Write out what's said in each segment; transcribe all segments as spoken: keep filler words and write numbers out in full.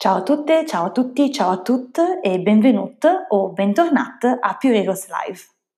Ciao a tutte, ciao a tutti, ciao a tutte e benvenuti o bentornati a Pure Heroes Live.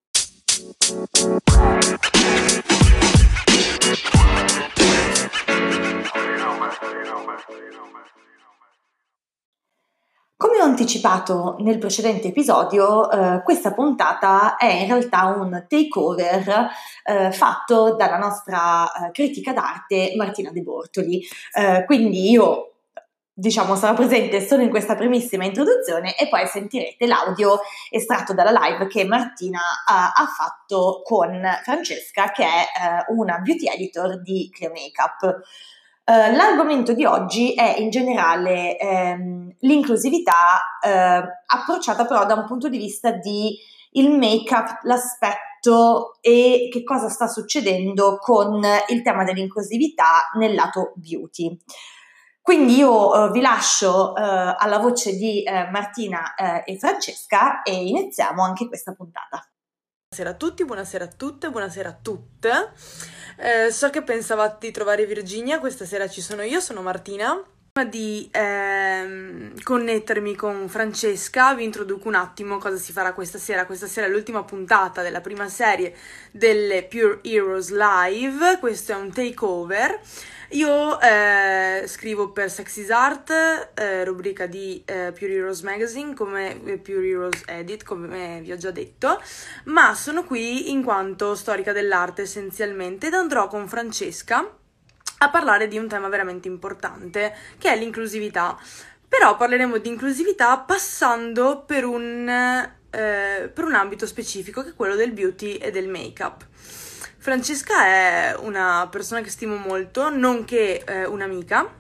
Come ho anticipato nel precedente episodio, eh, questa puntata è in realtà un takeover eh, fatto dalla nostra eh, critica d'arte Martina De Bortoli. Eh, quindi io, diciamo, sarò presente solo in questa primissima introduzione e poi sentirete l'audio estratto dalla live che Martina uh, ha fatto con Francesca, che è uh, una beauty editor di Cleo Makeup. Uh, l'argomento di oggi è in generale ehm, l'inclusività eh, approcciata però da un punto di vista di il make-up, l'aspetto e che cosa sta succedendo con il tema dell'inclusività nel lato beauty. Quindi io eh, vi lascio eh, alla voce di eh, Martina eh, e Francesca e iniziamo anche questa puntata. Buonasera a tutti, buonasera a tutte, buonasera a tutte. Eh, so che pensavate di trovare Virginia, questa sera ci sono io, sono Martina. Prima di ehm, connettermi con Francesca vi introduco un attimo cosa si farà questa sera. Questa sera è l'ultima puntata della prima serie delle Pure Heroes Live, questo è un takeover. Io eh, scrivo per Sexy's Art, eh, rubrica di eh, Pure Heroes Magazine, come eh, Pure Heroes Edit, come vi ho già detto, ma sono qui in quanto storica dell'arte essenzialmente ed andrò con Francesca a parlare di un tema veramente importante, che è l'inclusività. Però parleremo di inclusività passando per un, eh, per un ambito specifico, che è quello del beauty e del make-up. Francesca è una persona che stimo molto, nonché eh, un'amica,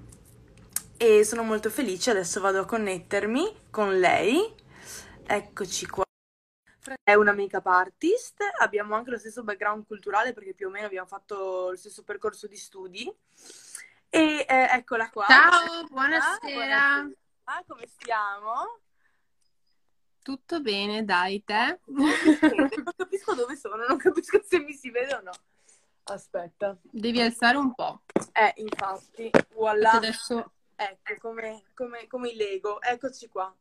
e sono molto felice. Adesso vado a connettermi con lei. Eccoci qua. È una make-up artist, abbiamo anche lo stesso background culturale perché più o meno abbiamo fatto lo stesso percorso di studi. E eh, eccola qua. Ciao, buonasera. Buonasera. Ah, come stiamo? Tutto bene, dai, te? Non capisco dove sono, non capisco se mi si vede o no. Aspetta. Devi alzare un po'. Eh, infatti, voilà. Adesso... Ecco, come, come, come i Lego. Eccoci qua.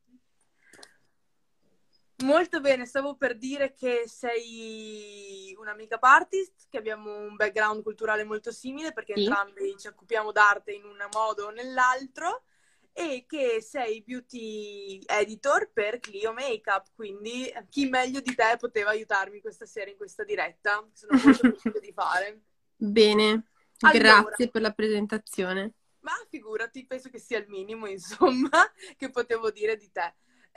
Molto bene, stavo per dire che sei una make-up artist, che abbiamo un background culturale molto simile perché Sì. entrambi ci occupiamo d'arte in un modo o nell'altro, e che sei beauty editor per Clio Makeup, quindi chi meglio di te poteva aiutarmi questa sera in questa diretta? Sono molto felice di fare. Bene, Allora, grazie per la presentazione. Ma figurati, penso che sia il minimo, insomma, che potevo dire di te.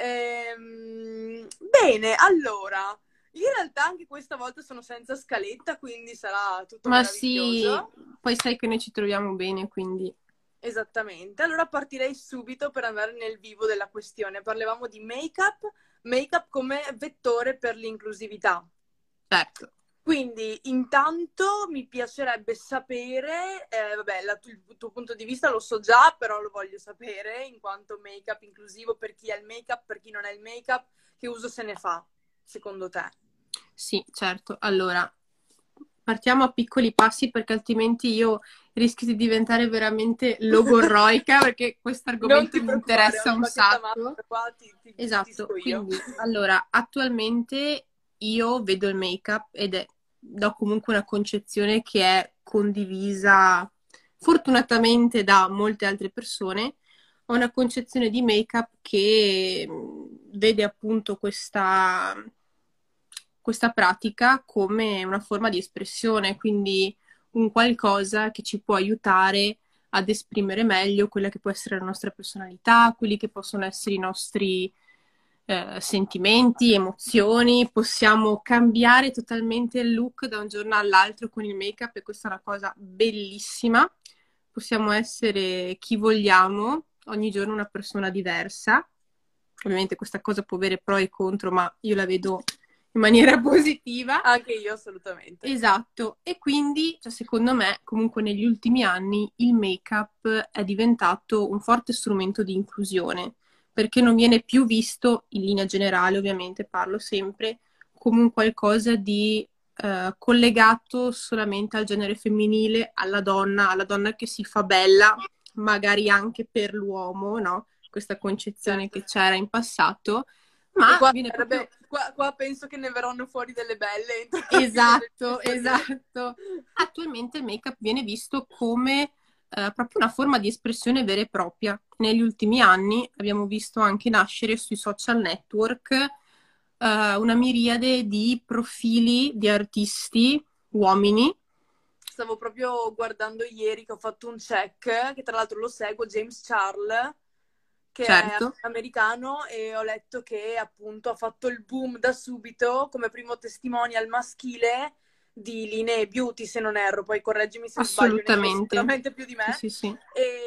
Ehm, bene, allora, in realtà anche questa volta sono senza scaletta, quindi sarà tutto Ma sì, meraviglioso. poi sai che noi ci troviamo bene, quindi... Esattamente, allora partirei subito per andare nel vivo della questione. Parlavamo di make-up, make-up come vettore per l'inclusività. Certo. Quindi intanto mi piacerebbe sapere, eh, vabbè, la, il tuo punto di vista lo so già, però lo voglio sapere in quanto make-up inclusivo, per chi ha il make-up, per chi non ha il make-up, che uso se ne fa, secondo te? Sì, certo. Allora, partiamo a piccoli passi perché altrimenti io rischio di diventare veramente logorroica perché questo argomento mi interessa un sacco. Qua ti, ti Esatto, io. quindi allora attualmente io vedo il make-up ed è do comunque una concezione che è condivisa fortunatamente da molte altre persone. Ho una concezione di make-up che mh, vede appunto questa, questa pratica come una forma di espressione, quindi un qualcosa che ci può aiutare ad esprimere meglio quella che può essere la nostra personalità, quelli che possono essere i nostri eh, sentimenti, emozioni. Possiamo cambiare totalmente il look da un giorno all'altro con il make-up e questa è una cosa bellissima. Possiamo essere chi vogliamo, ogni giorno una persona diversa. Ovviamente questa cosa può avere pro e contro, ma io la vedo in maniera positiva. Anche io assolutamente. Esatto, e quindi cioè, secondo me comunque negli ultimi anni il make-up è diventato un forte strumento di inclusione, perché non viene più visto, in linea generale ovviamente parlo sempre, come un qualcosa di eh, collegato solamente al genere femminile, alla donna, alla donna che si fa bella, magari anche per l'uomo, no? questa concezione certo. che c'era in passato, E ma qua, viene proprio... sarebbe- qua, qua penso che ne verranno fuori delle belle entro la fine Esatto, dell'episodio. esatto. Attualmente il make-up viene visto come eh, proprio una forma di espressione vera e propria. Negli ultimi anni abbiamo visto anche nascere sui social network eh, una miriade di profili di artisti, uomini. Stavo proprio guardando ieri che ho fatto un check, che tra l'altro lo seguo, James Charles, che è Certo, americano, e ho letto che appunto ha fatto il boom da subito come primo testimonial maschile di linee beauty, se non erro, poi correggimi se sbaglio, ne sai assolutamente. sicuramente più di Sì, me. sì, sì.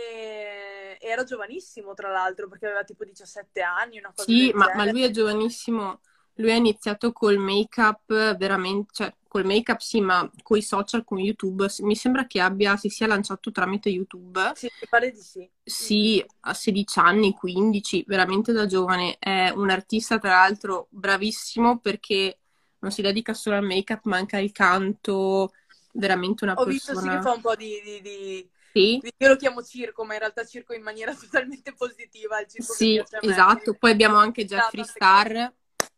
E e era giovanissimo, tra l'altro, perché aveva tipo diciassette anni, una cosa Sì, del ma, ma genere. lui è giovanissimo. Lui ha iniziato col make-up veramente, cioè col make-up sì, ma coi social, con YouTube. Mi sembra che abbia, si sia lanciato tramite YouTube. Sì, mi pare di sì. Mm, mm. Sì, a sedici anni, quindici, veramente da giovane. È un artista, tra l'altro, bravissimo perché non si dedica solo al make-up, ma anche al canto. Veramente una Ho visto sì che persona. fa un po' di, di, di- Sì, di- io lo chiamo circo, ma in realtà circo in maniera totalmente positiva, il circo che sì, piace a me, quindi esatto. Poi abbiamo anche sa Jeffree tante cose. Star.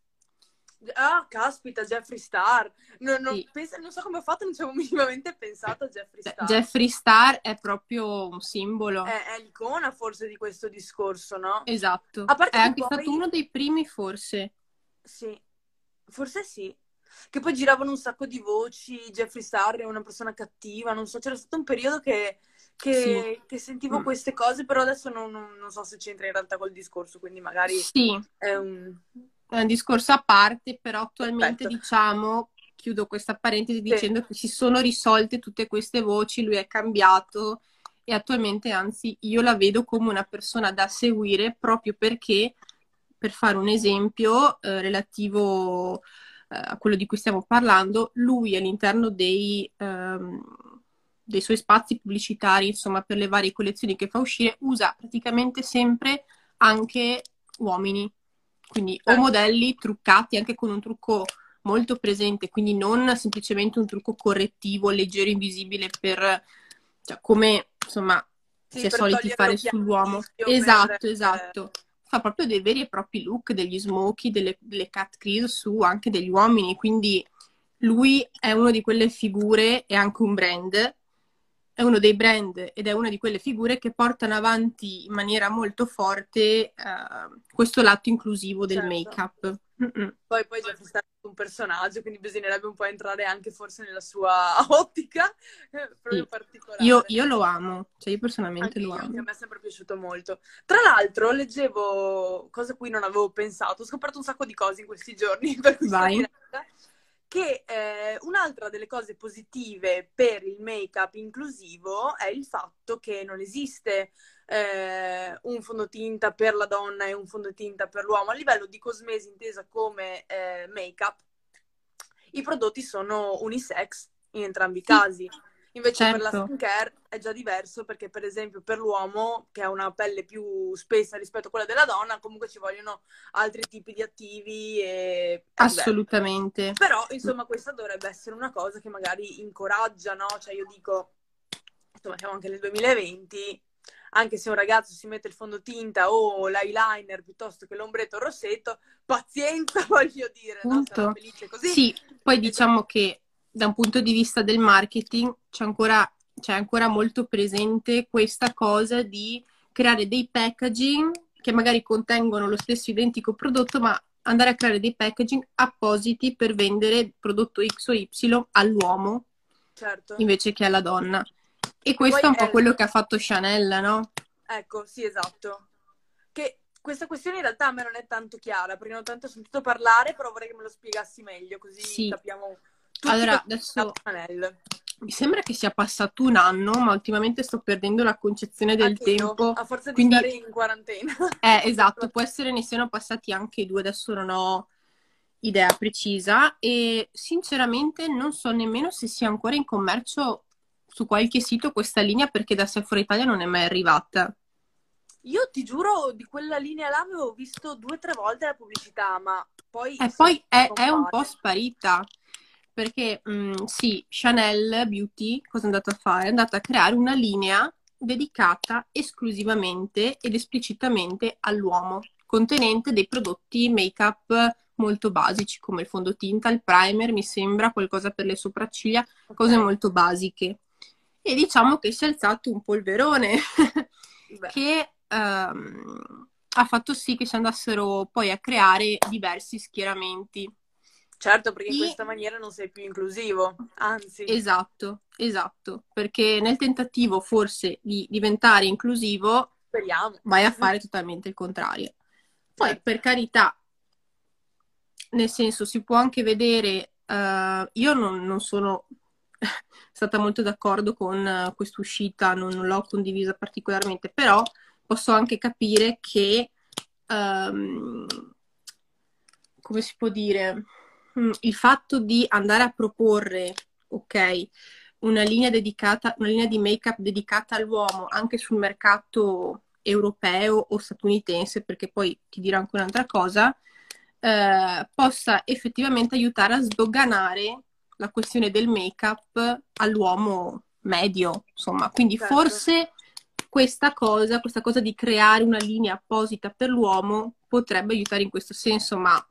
Ah, caspita, Jeffree Star. Non, non- Sì. pensa- non so come ho fatto, non ci avevo minimamente pensato a Jeffree Cioè, Star. Jeffree Star è proprio un simbolo. È, è l'icona forse di questo discorso, no? Esatto. A È parte che anche stato poi, uno dei primi, forse. sì, forse sì. Che poi giravano un sacco di voci, Jeffree Star è una persona cattiva, non so, c'era stato un periodo che, Sì. che- che sentivo Mm. queste cose, però adesso non, non- non so se c'entra in realtà col discorso, quindi magari Sì, è un... è un discorso a parte, però attualmente Perfetto. diciamo, chiudo questa parentesi Sì, dicendo che si sono risolte tutte queste voci, lui è cambiato e attualmente anzi io la vedo come una persona da seguire proprio perché, per fare un esempio eh, relativo eh, a quello di cui stiamo parlando, lui all'interno dei, ehm, dei suoi spazi pubblicitari, insomma per le varie collezioni che fa uscire, usa praticamente sempre anche uomini, quindi o certo, modelli truccati anche con un trucco molto presente, quindi non semplicemente un trucco correttivo, leggero, invisibile per, cioè, come insomma si sì, è per soliti togliere fare l'occhiato sull'uomo. tizio, per... Esatto, eh, esatto. Fa proprio dei veri e propri look, degli smoky, delle, delle cut crease su anche degli uomini, quindi lui è uno di quelle figure, è anche un brand, è uno dei brand ed è una di quelle figure che portano avanti in maniera molto forte eh, questo lato inclusivo del certo. make-up. Mm-mm. Poi, poi Jeffree Star è un personaggio, quindi bisognerebbe un po' entrare anche forse nella sua ottica, eh, proprio Sì. Io, particolare. io lo amo, cioè io personalmente Anche lo io, anche a amo. me è sempre piaciuto molto. Tra l'altro, leggevo cose a cui non avevo pensato, ho scoperto un sacco di cose in questi giorni, per cui sto Vai. diretta, che eh, un'altra delle cose positive per il make-up inclusivo è il fatto che non esiste eh, un fondotinta per la donna e un fondotinta per l'uomo. A livello di cosmesi intesa come eh, make-up, i prodotti sono unisex in entrambi i Sì, casi. Invece per la certo, skincare è già diverso perché per esempio per l'uomo che ha una pelle più spessa rispetto a quella della donna comunque ci vogliono altri tipi di attivi e è diverso. assolutamente. Però insomma questa dovrebbe essere una cosa che magari incoraggia, no? Cioè io dico, insomma siamo anche nel duemilaventi, anche se un ragazzo si mette il fondotinta o l'eyeliner piuttosto che l'ombretto o il rossetto, pazienza voglio dire, no? Sarà Punto. felice così. Sì, poi E do- diciamo che da un punto di vista del marketing c'è ancora, c'è ancora molto presente questa cosa di creare dei packaging che magari contengono lo stesso identico prodotto, ma andare a creare dei packaging appositi per vendere il prodotto X o Y all'uomo certo. invece che alla donna. E Che poi questo è un po' è, quello che ha fatto Chanel, no? ecco, sì, esatto. Che questa questione in realtà a me non è tanto chiara, perché non ho tanto sentito parlare, però vorrei che me lo spiegassi meglio, così Sì. capiamo tutti Allora, cosa è adesso Chanel. mi sembra che sia passato un anno, ma ultimamente sto perdendo la concezione del Anche io, tempo. a forza di Quindi, stare in quarantena. eh, esatto, può essere ne siano passati anche due, adesso non ho idea precisa e sinceramente non so nemmeno se sia ancora in commercio su qualche sito questa linea perché da Sephora Italia non è mai arrivata. Io ti giuro, di quella linea là avevo visto due o tre volte la pubblicità, ma poi E sono poi è, è un po' scomparse. sparita perché mh, sì, Chanel Beauty cosa è andata a fare? È andata a creare una linea dedicata esclusivamente ed esplicitamente all'uomo, contenente dei prodotti make-up molto basici come il fondotinta, il primer, mi sembra, qualcosa per le sopracciglia, cose Ok. molto basiche. E diciamo che si è alzato un polverone Beh, che ehm, ha fatto sì che si andassero poi a creare diversi schieramenti. certo, perché in E questa maniera non sei più inclusivo, anzi, esatto, esatto, perché nel tentativo forse di diventare inclusivo speriamo. vai a fare totalmente il contrario. Poi, Certo. per carità, nel senso, si può anche vedere, eh, io non, non sono stata molto d'accordo con eh, quest'uscita, non, non l'ho condivisa particolarmente, però posso anche capire che, ehm, come si può dire, mm, il fatto di andare a proporre, ok, una linea dedicata, una linea di make-up dedicata all'uomo anche sul mercato europeo o statunitense, perché poi ti dirò anche un'altra cosa, eh, possa effettivamente aiutare a sdoganare la questione del make-up all'uomo medio, insomma. Quindi Certo. forse questa cosa, questa cosa di creare una linea apposita per l'uomo potrebbe aiutare in questo senso, ma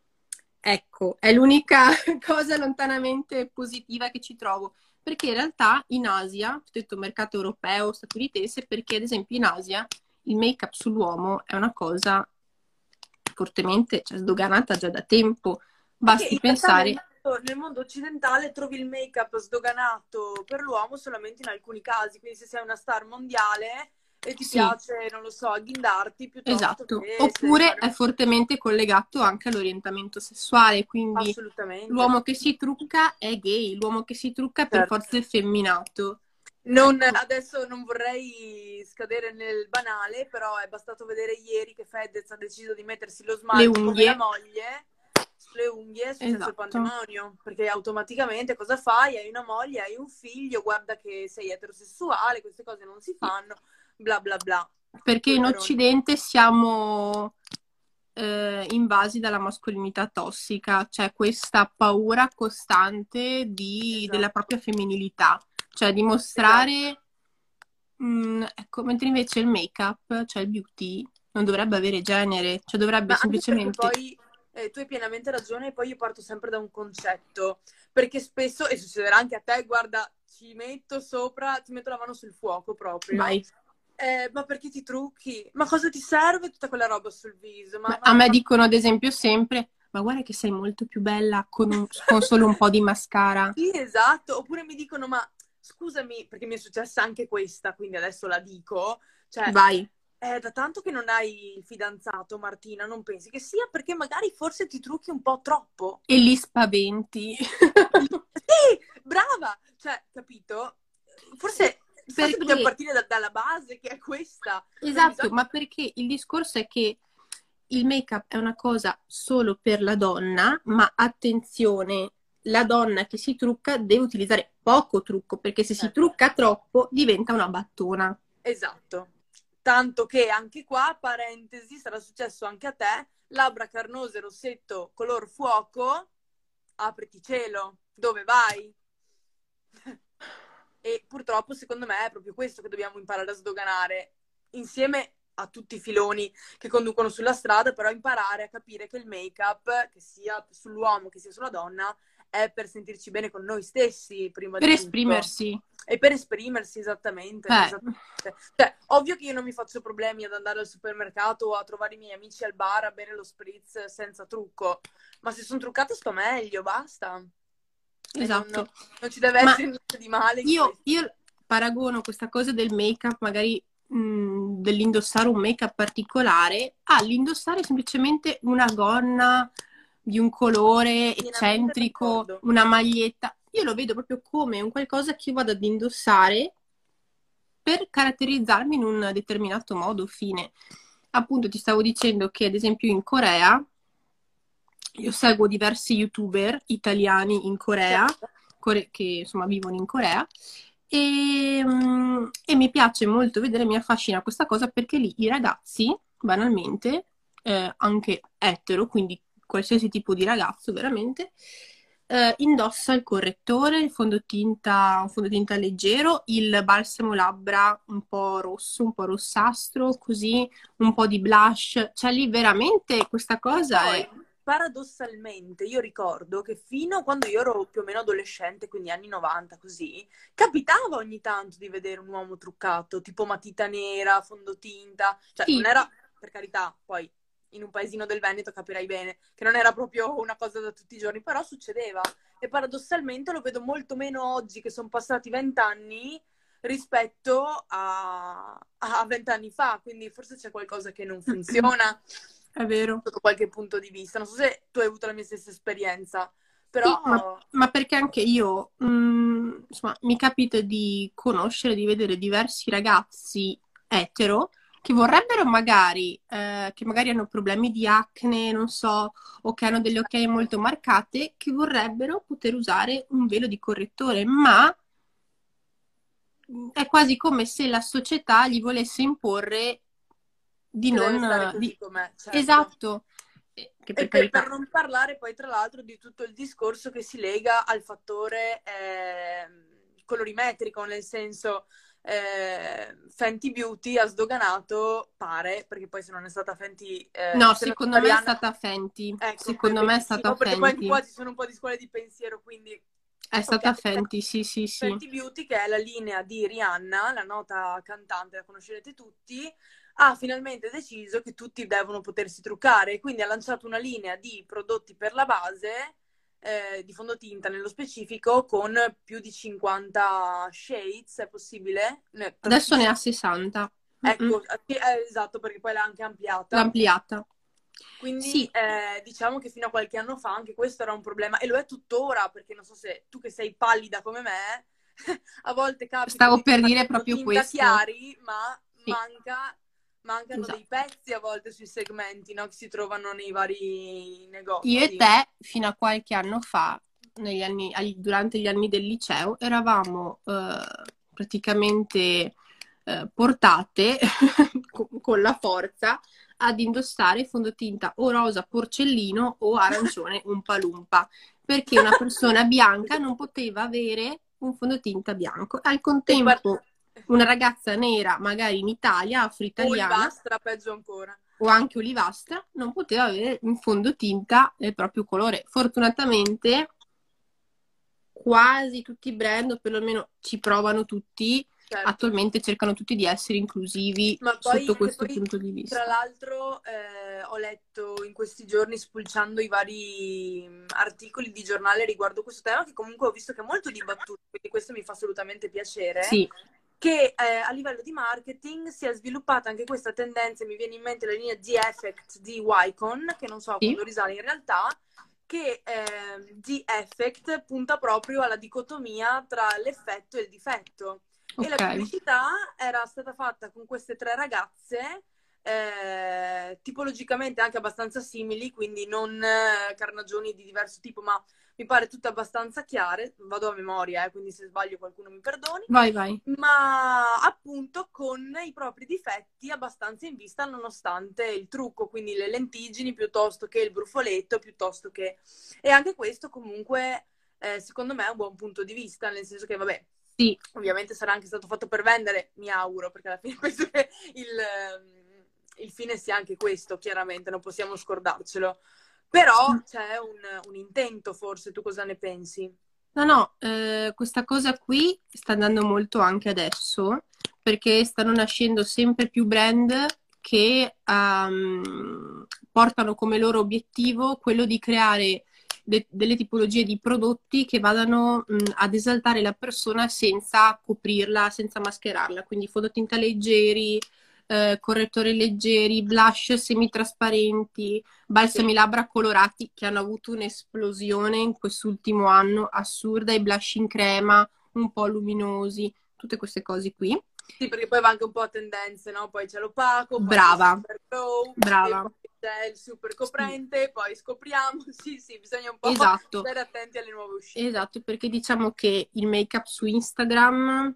ecco, è l'unica cosa lontanamente positiva che ci trovo, perché in realtà in Asia, ho detto mercato europeo, statunitense, perché ad esempio in Asia il make-up sull'uomo è una cosa fortemente, cioè, sdoganata già da tempo. Perché Basti in realtà nel pensare, mondo, nel mondo occidentale trovi il make-up sdoganato per l'uomo solamente in alcuni casi, quindi se sei una star mondiale e ti sì, piace, non lo so, agghindarti piuttosto esatto. che se devi Oppure fare è fortemente collegato anche all'orientamento sessuale, quindi assolutamente. l'uomo che si trucca è gay, l'uomo che si trucca è per Certo. forza effeminato. Non- Ecco, adesso non vorrei scadere nel banale, però è bastato vedere ieri che Fedez ha deciso di mettersi lo le smalto come la unghie, moglie sulle unghie, è successo il esatto. pandemonio, perché automaticamente cosa fai? Hai una moglie, hai un figlio, guarda che sei eterosessuale, queste cose non si Sì. fanno, bla bla bla. Perché in Polverone. Occidente siamo eh, invasi dalla mascolinità tossica, c'è questa paura costante di- della Esatto, propria femminilità, cioè esatto. dimostrare, mh, ecco, mentre invece il make-up, cioè il beauty, non dovrebbe avere genere, cioè dovrebbe Ma anche perché semplicemente, poi eh, tu hai pienamente ragione, e poi io parto sempre da un concetto, perché spesso, e succederà anche a te, guarda, ci metto sopra, ti metto la mano sul fuoco proprio, vai. eh, ma perché ti trucchi? Ma cosa ti serve tutta quella roba sul viso? Ma, Ma a ma, me ma... dicono ad esempio sempre, ma guarda che sei molto più bella con, un- con solo un po' di mascara. Sì, esatto, oppure mi dicono, ma scusami, perché mi è successa anche questa, quindi adesso la dico, cioè, Vai. è da tanto che non hai il fidanzato, Martina, non pensi che sia perché magari forse ti trucchi un po' troppo? E li spaventi. Sì, brava! Cioè, capito? Sì, Forse, forse dobbiamo perché, partire da- dalla base, che è questa. Non esatto, bisogna... ma perché il discorso è che il make-up è una cosa solo per la donna, ma attenzione, la donna che si trucca deve utilizzare poco trucco, perché se si Certo. trucca troppo diventa una battona. Esatto. Tanto che anche qua, parentesi, sarà successo anche a te, labbra carnose, rossetto, color fuoco, apriti cielo, dove vai? E purtroppo, secondo me, è proprio questo che dobbiamo imparare a sdoganare, insieme a tutti i filoni che conducono sulla strada, però imparare a capire che il make-up, che sia sull'uomo che sia sulla donna, è per sentirci bene con noi stessi, prima Per di tutto. esprimersi. E per esprimersi esattamente, Eh, esattamente. Cioè, ovvio che io non mi faccio problemi ad andare al supermercato o a trovare i miei amici al bar a bere lo spritz senza trucco, ma se sono truccata sto meglio, basta. E non, non- esatto. non ci deve Ma essere niente di male in io, questo. io paragono questa cosa del make-up, magari mh, dell'indossare un make-up particolare, all'indossare semplicemente una gonna di un colore Pienamente eccentrico, d'accordo. una maglietta. Io lo vedo proprio come un qualcosa che io vado ad indossare per caratterizzarmi in un determinato modo, fine. Appunto, ti stavo dicendo che, ad esempio, in Corea, io seguo diversi YouTuber italiani in Corea, Certo. core- che insomma vivono in Corea, e, mm, e mi piace molto vedere, mi affascina questa cosa perché lì i ragazzi, banalmente, eh, anche etero, quindi qualsiasi tipo di ragazzo veramente, eh, indossa il correttore, il fondotinta, un fondotinta leggero, il balsamo labbra un po' rosso, un po' rossastro, così un po' di blush. Cioè lì veramente questa E cosa poi, è... paradossalmente, io ricordo che fino a quando io ero più o meno adolescente, quindi anni novanta, così, capitava ogni tanto di vedere un uomo truccato, tipo matita nera, fondotinta, cioè non Sì, era, per carità, poi in un paesino del Veneto capirai bene, che non era proprio una cosa da tutti i giorni, però succedeva. E paradossalmente lo vedo molto meno oggi, che sono passati vent'anni, rispetto a a vent'anni fa, quindi forse c'è qualcosa che non funziona è vero. sotto qualche punto di vista. Non so se tu hai avuto la mia stessa esperienza, Sì, ma, però ma perché anche io, mh, insomma, mi capita di conoscere, di vedere diversi ragazzi etero che vorrebbero magari, eh, che magari hanno problemi di acne, non so, o che hanno delle occhiaie molto marcate, che vorrebbero poter usare un velo di correttore, ma mh, è quasi come se la società gli volesse imporre di che deve non... stare eh, così di- com'è, certo. Esatto, eh, che E per per, per carità, non parlare poi, tra l'altro, di tutto il discorso che si lega al fattore ehm, colorimetrico, nel senso eh, Fenty Beauty ha sdoganato, pare, perché poi se non è stata Fenty, eh, no, se non è secondo stata me è Rihanna, stata Fenty, ecco, be- secondo me è stata benissimo, perché poi anche Fenty. qua ci sono un po' di scuole di pensiero, quindi È ok. stata Fenty, sì, sì, sì. Fenty Beauty, che è la linea di Rihanna, la nota cantante, la conoscerete tutti, ha finalmente deciso che tutti devono potersi truccare e quindi ha lanciato una linea di prodotti per la base, eh, di fondotinta nello specifico, con più di cinquanta shades, è possibile? Ne- Adesso ne tantissimi. ha sessanta. Mm-mm. Ecco, eh, esatto, perché poi l'ha anche ampliata. L'ampliata. Quindi Sì, eh, diciamo che fino a qualche anno fa anche questo era un problema e lo è tuttora, perché non so se tu che sei pallida come me, a volte capita stavo di per trovare dire proprio tinta questo. chiari, ma Sì, manca, mancano dei esatto. pezzi a volte sui segmenti, no, che si trovano nei vari Io e negozi. te, fino a qualche anno fa, negli anni- agli- durante gli anni del liceo, eravamo eh, praticamente eh, portate con, con la forza ad indossare fondotinta o rosa porcellino o arancione umpa lumpa, perché una persona bianca non poteva avere un fondotinta bianco. Al E par- contempo, una ragazza nera, magari in Italia, o afro-italiana, olivastra, peggio ancora. o anche olivastra, non poteva avere un fondotinta del proprio colore. Fortunatamente quasi tutti i brand, o perlomeno ci provano tutti, Certo. attualmente cercano tutti di essere inclusivi Ma sotto poi, che questo poi, punto di tra vista. l'altro, eh, ho letto in questi giorni, spulciando i vari mh, articoli di giornale riguardo questo tema, che comunque ho visto che è molto dibattuto, quindi questo mi fa assolutamente piacere, Sì, che eh, a livello di marketing si è sviluppata anche questa tendenza, mi viene in mente la linea D-Effect di Wycon, che non so a sì, quando risale in realtà, che eh, D-Effect punta proprio alla dicotomia tra l'effetto e il difetto. E la ok. pubblicità era stata fatta con queste tre ragazze, eh, tipologicamente anche abbastanza simili, quindi non eh, carnagioni di diverso tipo, ma mi pare tutte abbastanza chiare. Vado a memoria, eh, quindi se sbaglio qualcuno mi perdoni. Vai, vai. Ma appunto con i propri difetti abbastanza in vista nonostante il trucco, quindi le lentiggini piuttosto che il brufoletto, piuttosto che... E anche questo comunque eh, secondo me è un buon punto di vista, nel senso che vabbè, Sì, ovviamente sarà anche stato fatto per vendere, mi auguro, perché alla fine penso che il, ehm, il fine sia anche questo, chiaramente, non possiamo scordarcelo. Però c'è un, un intento, forse, tu cosa ne pensi? no, no, eh, questa cosa qui sta andando molto anche adesso perché stanno nascendo sempre più brand che ehm, portano come loro obiettivo quello di creare de- delle tipologie di prodotti che vadano mh, ad esaltare la persona senza coprirla, senza mascherarla. Quindi fondotinta leggeri, eh, correttori leggeri, blush semitrasparenti, balsami Sì, labbra colorati che hanno avuto un'esplosione in quest'ultimo anno assurda, i blush in crema, un po' luminosi, tutte queste cose qui. sì, perché poi va anche un po' a tendenze, no? Poi c'è l'opaco, poi c'è il Brava, super glow, e brava. poi c'è il super Sì, coprente, poi scopriamo, sì, sì, bisogna un po' esatto, stare attenti alle nuove uscite. esatto, perché diciamo che il make-up su Instagram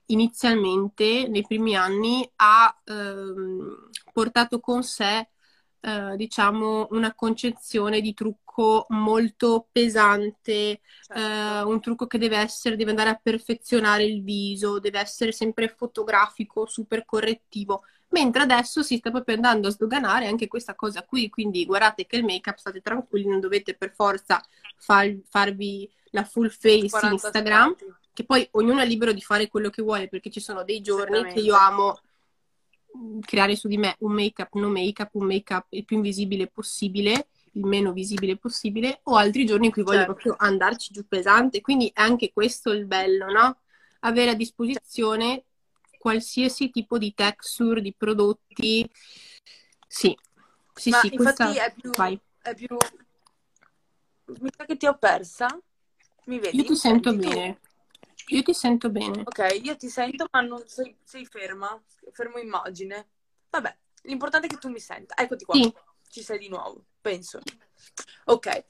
inizialmente, nei primi anni, ha ehm, portato con sé eh, diciamo, una concezione di trucco molto pesante, certo. eh, un trucco che deve essere, deve andare a perfezionare il viso, deve essere sempre fotografico, super correttivo. Mentre adesso si sta proprio andando a sdoganare anche questa cosa qui, quindi guardate che il make-up, state tranquilli, non dovete per forza far- farvi la full face quaranta Instagram, strati. che poi ognuno è libero di fare quello che vuole, perché ci sono dei giorni che io Esattamente. amo mh, creare su di me un make-up, no make-up, un make-up il più invisibile possibile, il meno visibile possibile, o altri giorni in cui voglio Certo. proprio andarci giù pesante, quindi è anche questo il bello, no? Avere a disposizione qualsiasi tipo di texture, di prodotti. Sì, sì, Ma sì, infatti questa. è più, Vai. è più... Mi sa che ti ho persa. Mi Io vedi? ti Mi sento senti tu? bene. Io ti sento bene. Ok, io ti sento, ma non sei, sei ferma. Fermo immagine. Vabbè, l'importante è che tu mi senta. Eccoti qua. Sì, Ci sei di nuovo, penso. Ok.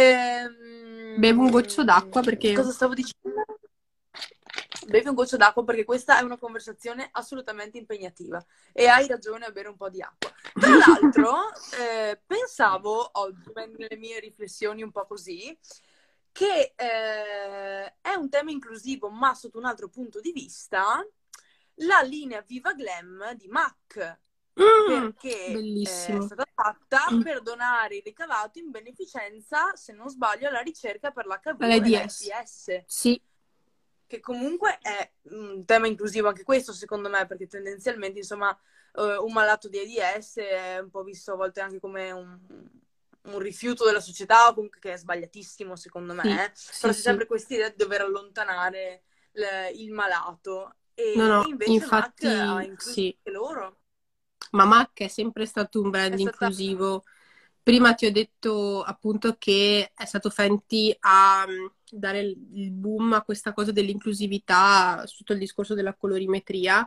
Ehm, bevo un goccio d'acqua perché. Cosa stavo dicendo? Bevi un goccio d'acqua perché questa è una conversazione assolutamente impegnativa e hai ragione a bere un po' di acqua. Tra l'altro, eh, pensavo oggi, nelle mie riflessioni un po' così, che eh, è un tema inclusivo, ma sotto un altro punto di vista, la linea Viva Glam di MAC, Mm, perché eh, è bellissimo. stata fatta per donare il ricavato in beneficenza, se non sbaglio, alla ricerca per l'H V e L'AIDS. l'AIDS, Sì, che comunque è un tema inclusivo anche questo, secondo me, perché tendenzialmente, insomma, eh, un malato di AIDS è un po' visto a volte anche come un, un rifiuto della società, o comunque che è sbagliatissimo, secondo sì, me, eh. sì, Però c'è sì. sempre questa idea di dover allontanare il, il malato. No, E, no, e invece Mac ha infatti incluso sì. anche loro. Ma Mac è sempre stato un È brand stata... inclusivo. Prima ti ho detto appunto che è stato Fenty a mm, dare il il boom a questa cosa dell'inclusività sotto il discorso della colorimetria.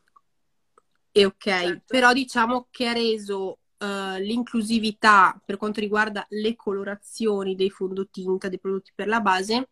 E ok, Certo. però diciamo che ha reso eh, l'inclusività per quanto riguarda le colorazioni dei fondotinta, dei prodotti per la base,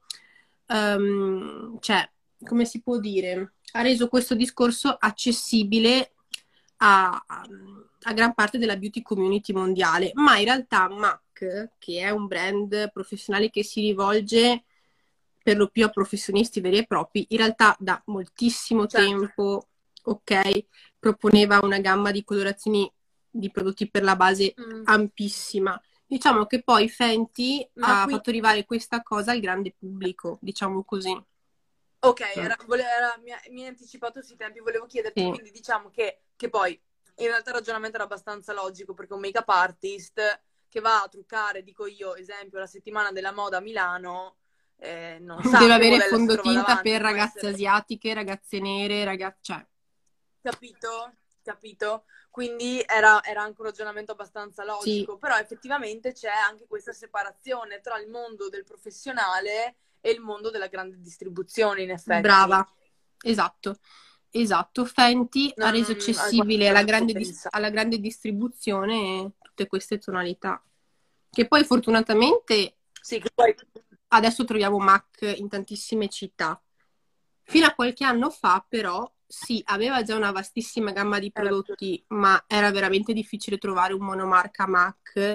ehm, cioè, come si può dire, ha reso questo discorso accessibile a, a- a gran parte della beauty community mondiale, ma in realtà MAC, che è un brand professionale che si rivolge per lo più a professionisti veri e propri, in realtà da moltissimo Certo. tempo, ok, proponeva una gamma di colorazioni di prodotti per la base Mm. ampissima. Diciamo che poi Fenty Ma ha qui... fatto arrivare questa cosa al grande pubblico, diciamo così. Ok, Mm. era, vole- era- mi, ha- mi hai anticipato sui tempi, volevo chiederti, Sì, quindi diciamo che, che poi in realtà il ragionamento era abbastanza logico perché un make-up artist che va a truccare, dico io, esempio, la settimana della moda a Milano, eh, non sa deve che avere modella si trova fondotinta per davanti, può ragazze essere, asiatiche, ragazze nere, ragazze. Cioè, capito? Capito? Quindi era, era anche un ragionamento abbastanza sì, logico, però effettivamente c'è anche questa separazione tra il mondo del professionale e il mondo della grande distribuzione, in effetti. brava. Esatto, esatto. Fenty ha Non, reso non, a quanto accessibile non alla avevo grande, dis- pensato. alla grande distribuzione tutte queste tonalità. Che poi fortunatamente Sì, che poi... adesso troviamo MAC in tantissime città. Fino a qualche anno fa, però, sì, aveva già una vastissima gamma di Era più... prodotti, ma era veramente difficile trovare un monomarca MAC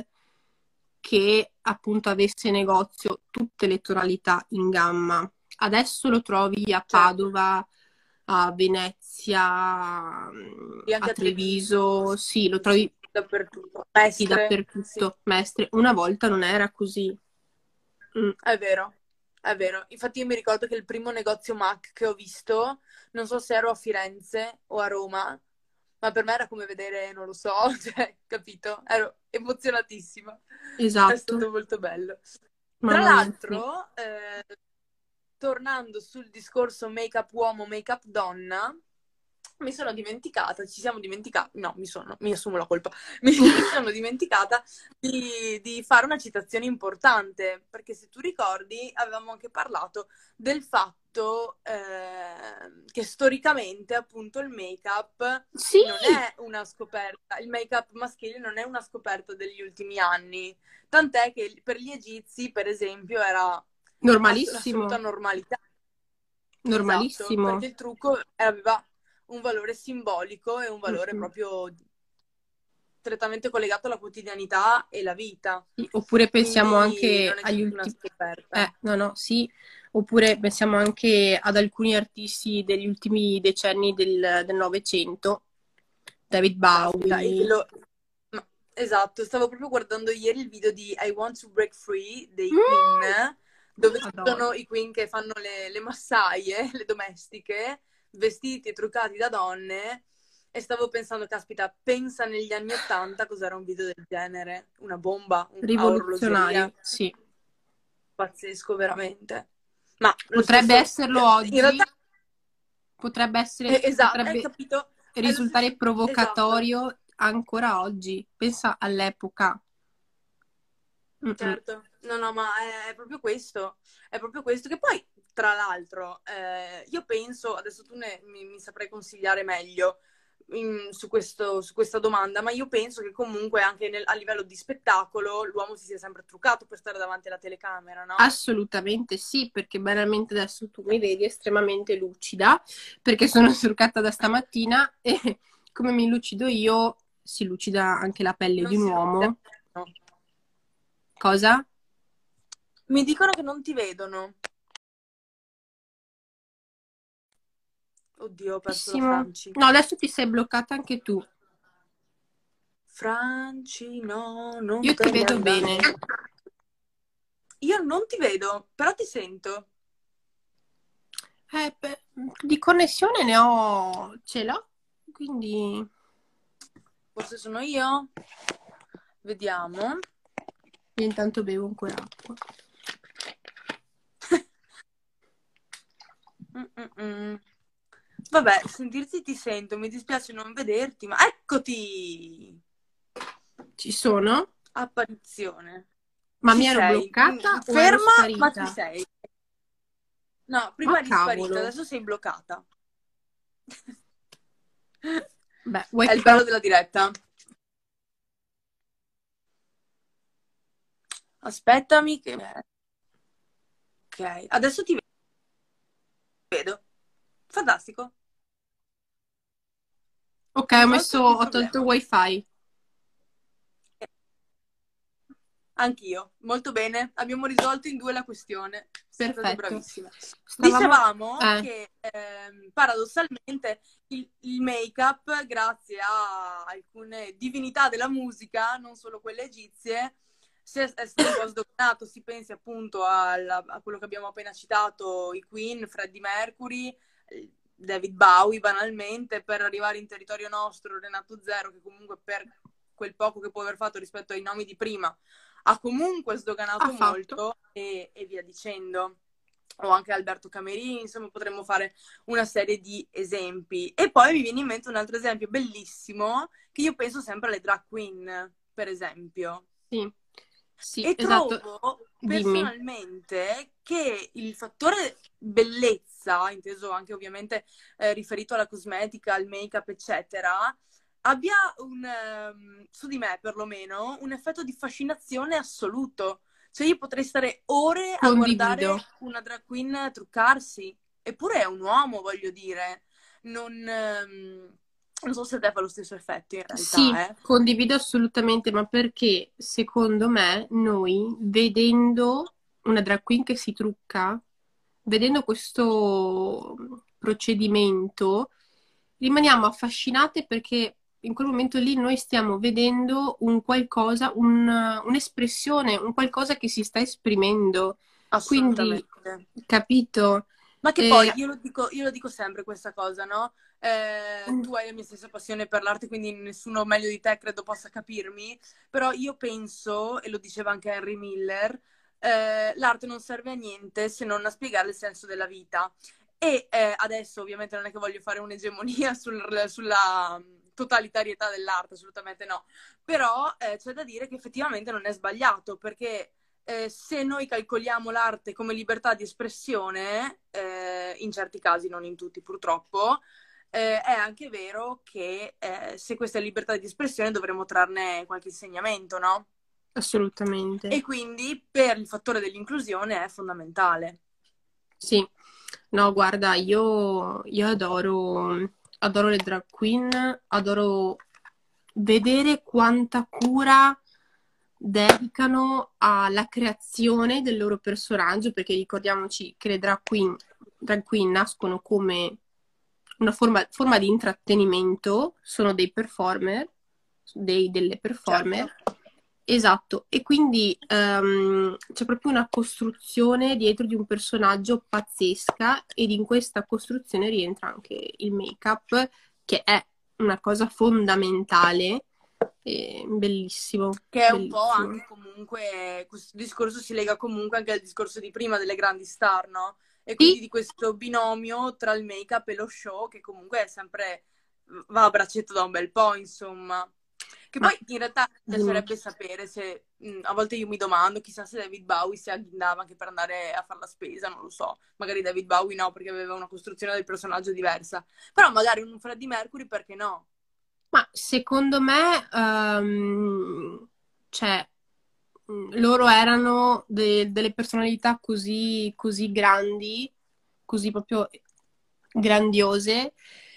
che appunto avesse in negozio tutte le tonalità in gamma. Adesso lo trovi a Certo, Padova, a Venezia, mm, e a anche a Treviso, Treviso, sì, sì, lo sì, sì, trovi dappertutto. sì, Mestre, sì, dappertutto. Mestre, una volta non era così. Mm. è vero, è vero. Infatti io mi ricordo che il primo negozio Mac che ho visto, non so se ero a Firenze o a Roma, ma per me era come vedere, non lo so, cioè, capito? Ero emozionatissima. È Esatto, stato molto bello. Tra mamma mia, sì. l'altro, eh, tornando sul discorso make-up uomo, make-up donna, mi sono dimenticata, ci siamo dimenticati, no, mi sono, mi assumo la colpa, mi sono dimenticata di, di fare una citazione importante, perché se tu ricordi avevamo anche parlato del fatto eh, che storicamente appunto il make-up Sì, non è una scoperta, il make-up maschile non è una scoperta degli ultimi anni, tant'è che per gli egizi, per esempio, era ass- l'assoluta normalissimo, normalità. Esatto, normalissimo. perché il trucco aveva un valore simbolico e un valore Mm-mm. proprio strettamente collegato alla quotidianità e la vita. Sì, oppure pensiamo Quindi anche non è agli tutta una ultimi... scoperta. Eh, no, no, sì. Oppure pensiamo anche ad alcuni artisti degli ultimi decenni del del Novecento, David Caspita, e Bowie. lo- ma- esatto, stavo proprio guardando ieri il video di I Want to Break Free dei Queen, Mm, dove ci Madonna. sono i Queen che fanno le, le massaie, le domestiche, vestiti e truccati da donne, e stavo pensando, caspita, pensa negli anni Ottanta cos'era un video del genere, una bomba un- a orologeria, Rivoluzionario, sì. pazzesco veramente. Ma lo Potrebbe stesso, esserlo in realtà, oggi, potrebbe eh, essere, esatto, hai potrebbe capito? È lo stesso, risultare esatto. provocatorio ancora oggi. Pensa all'epoca. Mm-mm. Certo, no, no, ma è, è proprio questo, è proprio questo che poi, tra l'altro, eh, io penso, adesso tu ne, mi, mi saprai consigliare meglio in- su questo, su questa domanda, ma io penso che comunque anche nel- a livello di spettacolo l'uomo si sia sempre truccato per stare davanti alla telecamera, no? Assolutamente sì, perché banalmente adesso tu mi vedi estremamente lucida, perché sono struccata da stamattina e come mi lucido io, si lucida anche la pelle Non di un si vede. uomo. No. Cosa? Mi dicono che non ti vedono. Oddio, ho perso la Benissimo. Franci. No, adesso ti sei bloccata anche tu. Franci, no, non Io ti te ne vedo andare. bene. Io non ti vedo, però ti sento. Eh, beh, di connessione ne ho, ce l'ho, quindi Forse sono io? Vediamo. io intanto bevo ancora acqua. Mm-mm-mm. Vabbè, sentirti ti sento, mi dispiace non vederti, ma eccoti! Ci sono? Apparizione. Ma Ci mi ero sei. Mm, bloccata o ero ferma, ma ci sparita? sei. No, Ma prima eri sparita, cavolo. adesso sei bloccata. Beh, vuoi È che il bello provi? della diretta. Aspettami che... Ok, adesso ti vedo. Fantastico. Ok, ho messo, Risolto il ho tolto il problema. wifi. Anch'io, molto bene. Abbiamo risolto in due la questione. Siete state Perfetto. bravissime. Stavamo... Dicevamo Eh, che ehm, paradossalmente il, il make-up, grazie a alcune divinità della musica, non solo quelle egizie, si è, è stato un po' sdoganato. Si pensi appunto al- a quello che abbiamo appena citato, i Queen, Freddie Mercury, eh, David Bowie banalmente, per arrivare in territorio nostro, Renato Zero, che comunque per quel poco che può aver fatto rispetto ai nomi di prima ha comunque ha sdoganato fatto. molto e, e via dicendo. O anche Alberto Camerini, insomma, potremmo fare una serie di esempi. E poi mi viene in mente un altro esempio bellissimo, che io penso sempre alle drag queen, per esempio. Sì, sì, E esatto. trovo Dimmi. personalmente che il fattore bellezza, inteso anche ovviamente eh, riferito alla cosmetica, al make-up, eccetera, abbia un, ehm, su di me perlomeno, un effetto di fascinazione assoluto. Cioè io potrei stare ore a Condivido. guardare una drag queen truccarsi, eppure è un uomo, voglio dire. Non, ehm, non so se a te fa lo stesso effetto in Sì, realtà, eh. condivido assolutamente, ma perché secondo me noi, vedendo una drag queen che si trucca, vedendo questo procedimento, rimaniamo affascinate perché in quel momento lì noi stiamo vedendo un qualcosa, un- un'espressione, un qualcosa che si sta esprimendo. Quindi, Assolutamente. capito? Ma che poi Eh, io lo dico, io lo dico sempre questa cosa, no? Eh, tu hai la mia stessa passione per l'arte, quindi nessuno meglio di te credo possa capirmi, però io penso, e lo diceva anche Henry Miller, eh, l'arte non serve a niente se non a spiegare il senso della vita. E eh, adesso ovviamente non è che voglio fare un'egemonia sul- sulla totalitarietà dell'arte, assolutamente no, però eh, c'è da dire che effettivamente non è sbagliato, perché eh, se noi calcoliamo l'arte come libertà di espressione, eh, in certi casi, non in tutti purtroppo, eh, è anche vero che eh, se questa è libertà di espressione dovremmo trarne qualche insegnamento, no? assolutamente. E quindi per il fattore dell'inclusione è fondamentale. Sì, no, guarda, io, io adoro, adoro le drag queen, adoro vedere quanta cura dedicano alla creazione del loro personaggio, perché ricordiamoci che le drag queen, drag queen nascono come una forma, forma di intrattenimento, sono dei performer, dei, delle performer. Certo. Esatto, e quindi ehm, c'è proprio una costruzione dietro di un personaggio pazzesca, ed in questa costruzione rientra anche il make-up, che è una cosa fondamentale, e bellissimo, Che è un po' bellissimo. anche comunque, questo discorso si lega comunque anche al discorso di prima delle grandi star, no? E quindi Sì, di questo binomio tra il make-up e lo show, che comunque è sempre, va a braccetto da un bel po', insomma. Che ma poi in realtà mi dimmi. piacerebbe sapere se, mh, a volte io mi domando, chissà se David Bowie si agghindava anche per andare a fare la spesa, non lo so. Magari David Bowie no, perché aveva una costruzione del personaggio diversa. Però magari un Freddie Mercury, perché no? Ma secondo me, ehm, cioè, mh, loro erano de- delle personalità così, così grandi, così proprio grandiose,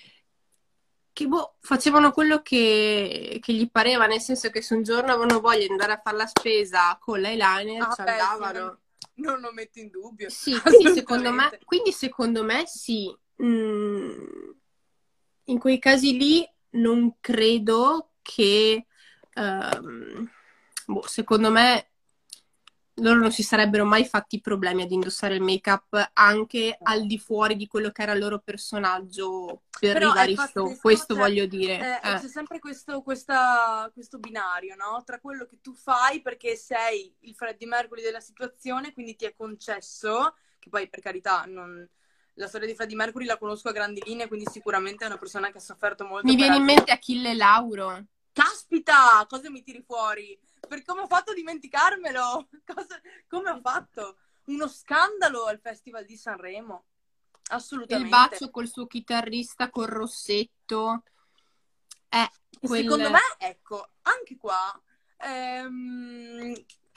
che boh, facevano quello che, che gli pareva, nel senso che se un giorno avevano voglia di andare a fare la spesa con l'eyeliner, Ah ci beh, sì, non, andavano. non lo metto in dubbio, Sì, quindi secondo me, assolutamente. quindi secondo me sì. Mm, in quei casi lì non credo che, ehm, boh, secondo me loro non si sarebbero mai fatti problemi ad indossare il make-up anche al di fuori di quello che era il loro personaggio per i Però è vari show. pazzesco, Questo cioè, voglio dire. eh, Eh, c'è sempre questo, questa- questo binario, no? Tra quello che tu fai perché sei il Freddie Mercury della situazione, quindi ti è concesso, che poi per carità non- la storia di Freddie Mercury la conosco a grandi linee, quindi sicuramente è una persona che ha sofferto molto mi per viene in altri. mente Achille Lauro. Caspita, cosa mi tiri fuori? Per come ho fatto a dimenticarmelo? Cosa- come ho fatto? Uno scandalo al Festival di Sanremo. Il Assolutamente. bacio col suo chitarrista col rossetto. È E secondo me, quel... ecco, anche qua ehm,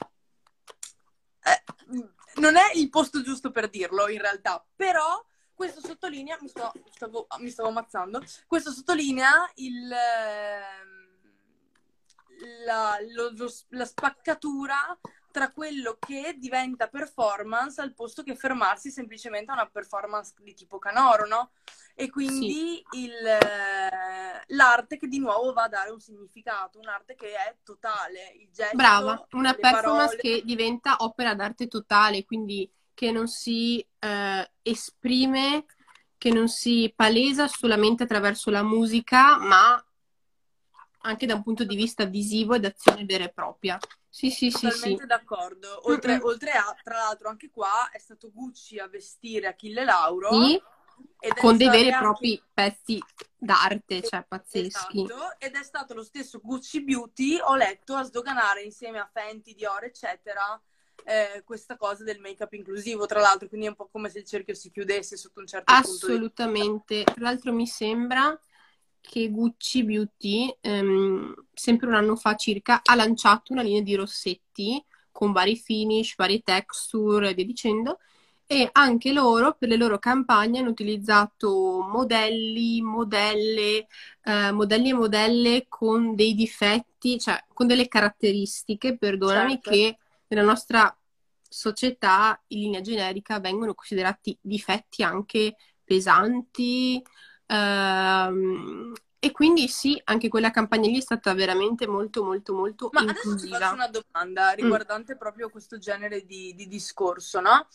eh, non è il posto giusto per dirlo in realtà, però questo sottolinea, mi, sto, stavo, mi stavo ammazzando, questo sottolinea il, ehm, la, lo- lo- la spaccatura tra quello che diventa performance al posto che fermarsi semplicemente a una performance di tipo canoro, no? E Sì, quindi il, eh, l'arte che di nuovo va a dare un significato, un'arte che è totale, il brava. gesto, Una le performance parole. che diventa opera d'arte totale, quindi che non si eh, esprime, che non si palesa solamente attraverso la musica, ma anche da un punto di vista visivo ed azione vera e propria. Sì, sì, sì, sì. Totalmente d'accordo. Oltre, Mm-mm. oltre a, tra l'altro, anche qua è stato Gucci a vestire Achille Lauro Sì, ed è, con dei sta- veri è e anche propri pezzi d'arte, cioè pazzeschi. esatto, ed è stato lo stesso Gucci Beauty, ho letto, a sdoganare insieme a Fenty, Dior, eccetera, eh, questa cosa del make-up inclusivo, tra l'altro, quindi è un po' come se il cerchio si chiudesse sotto un certo punto di vista. Assolutamente. Tra l'altro mi sembra che Gucci Beauty, ehm, sempre un anno fa circa, ha lanciato una linea di rossetti con vari finish, varie texture e via dicendo. E anche loro, per le loro campagne, hanno utilizzato modelli, modelle, eh, modelli e modelle con dei difetti, cioè con delle caratteristiche, perdonami, Certo. che nella nostra società in linea generica vengono considerati difetti anche pesanti. ehm, e quindi sì, anche quella campagna lì è stata veramente molto, molto, molto Ma adesso ti faccio inclusiva. una domanda Mm, riguardante proprio questo genere di, di discorso, no?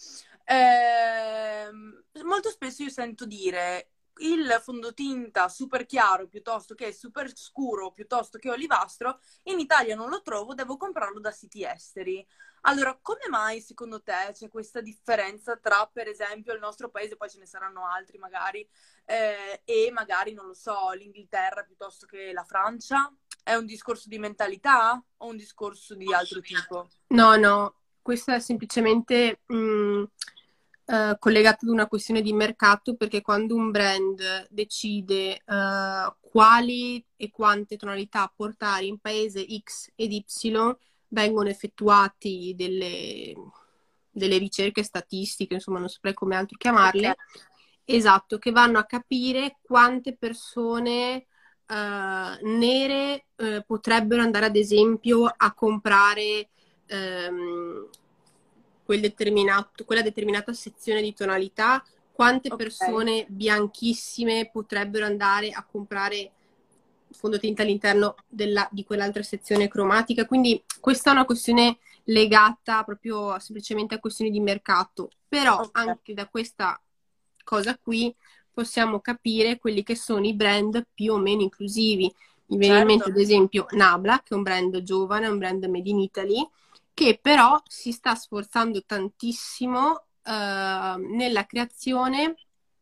Ehm, molto spesso io sento dire il fondotinta super chiaro piuttosto che super scuro piuttosto che olivastro, in Italia non lo trovo, devo comprarlo da siti esteri. Allora, come mai secondo te c'è questa differenza tra, per esempio, il nostro paese, poi ce ne saranno altri magari, eh, e magari, non lo so, l'Inghilterra piuttosto che la Francia? È un discorso di mentalità o un discorso di altro tipo? no, no, questo è semplicemente mh, eh, collegato ad una questione di mercato, perché quando un brand decide eh, quali e quante tonalità portare in paese X ed Y, vengono effettuati delle, delle ricerche statistiche, insomma, non saprei come altro Ok. chiamarle, esatto, che vanno a capire quante persone eh, nere eh, potrebbero andare ad esempio a comprare ehm, quel determinato, quella determinata sezione di tonalità, quante Ok, persone bianchissime potrebbero andare a comprare fondotinta all'interno della- di quell'altra sezione cromatica. Quindi questa è una questione legata proprio semplicemente a questioni di mercato, però ok, anche da questa cosa qui possiamo capire quelli che sono i brand più o meno inclusivi. Mi viene in mente certo. ad esempio Nabla, che è un brand giovane, è un brand made in Italy, che però si sta sforzando tantissimo eh, nella creazione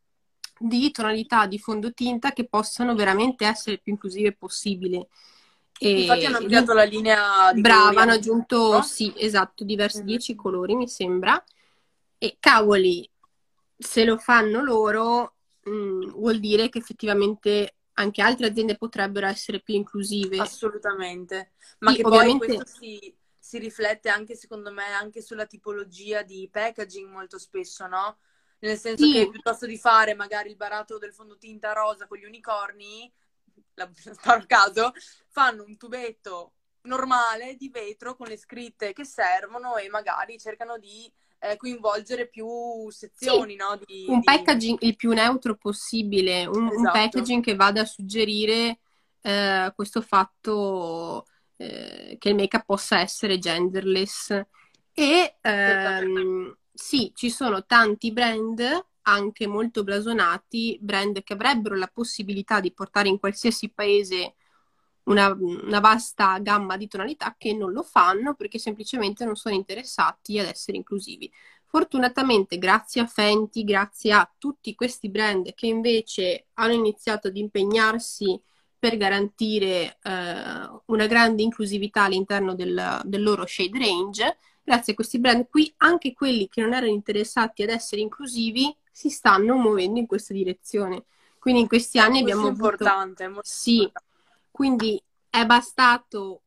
di tonalità di fondotinta che possano veramente essere il più inclusive possibile. Infatti hanno E lì- ampliato la linea di colori brava, hanno anche, aggiunto, no? sì, esatto, diversi Mhm. dieci colori, mi sembra. E cavoli, se lo fanno loro, mh, vuol dire che effettivamente anche altre aziende potrebbero essere più inclusive. Assolutamente, ma Sì, che poi questo ovviamente, si, si riflette anche, secondo me, anche sulla tipologia di packaging molto spesso, no? Nel senso sì, che piuttosto di fare magari il baratto del fondotinta rosa con gli unicorni, la, sparo a caso, fanno un tubetto normale di vetro con le scritte che servono e magari cercano di eh, coinvolgere più sì, sezioni, no? Di, un di... packaging il più neutro possibile, un, un Esatto, packaging che vada a suggerire eh, questo fatto eh, che il make-up possa essere genderless. E certamente. ehm, sì, ci sono tanti brand, anche molto blasonati, brand che avrebbero la possibilità di portare in qualsiasi paese una, una vasta gamma di tonalità che non lo fanno perché semplicemente non sono interessati ad essere inclusivi. Fortunatamente, grazie a Fenty, grazie a tutti questi brand che invece hanno iniziato ad impegnarsi per garantire eh, una grande inclusività all'interno del, del loro shade range, grazie a questi brand qui, anche quelli che non erano interessati ad essere inclusivi si stanno muovendo in questa direzione. Quindi in questi Eh, anni questo abbiamo è avuto, importante, è molto sì, importante. quindi è bastato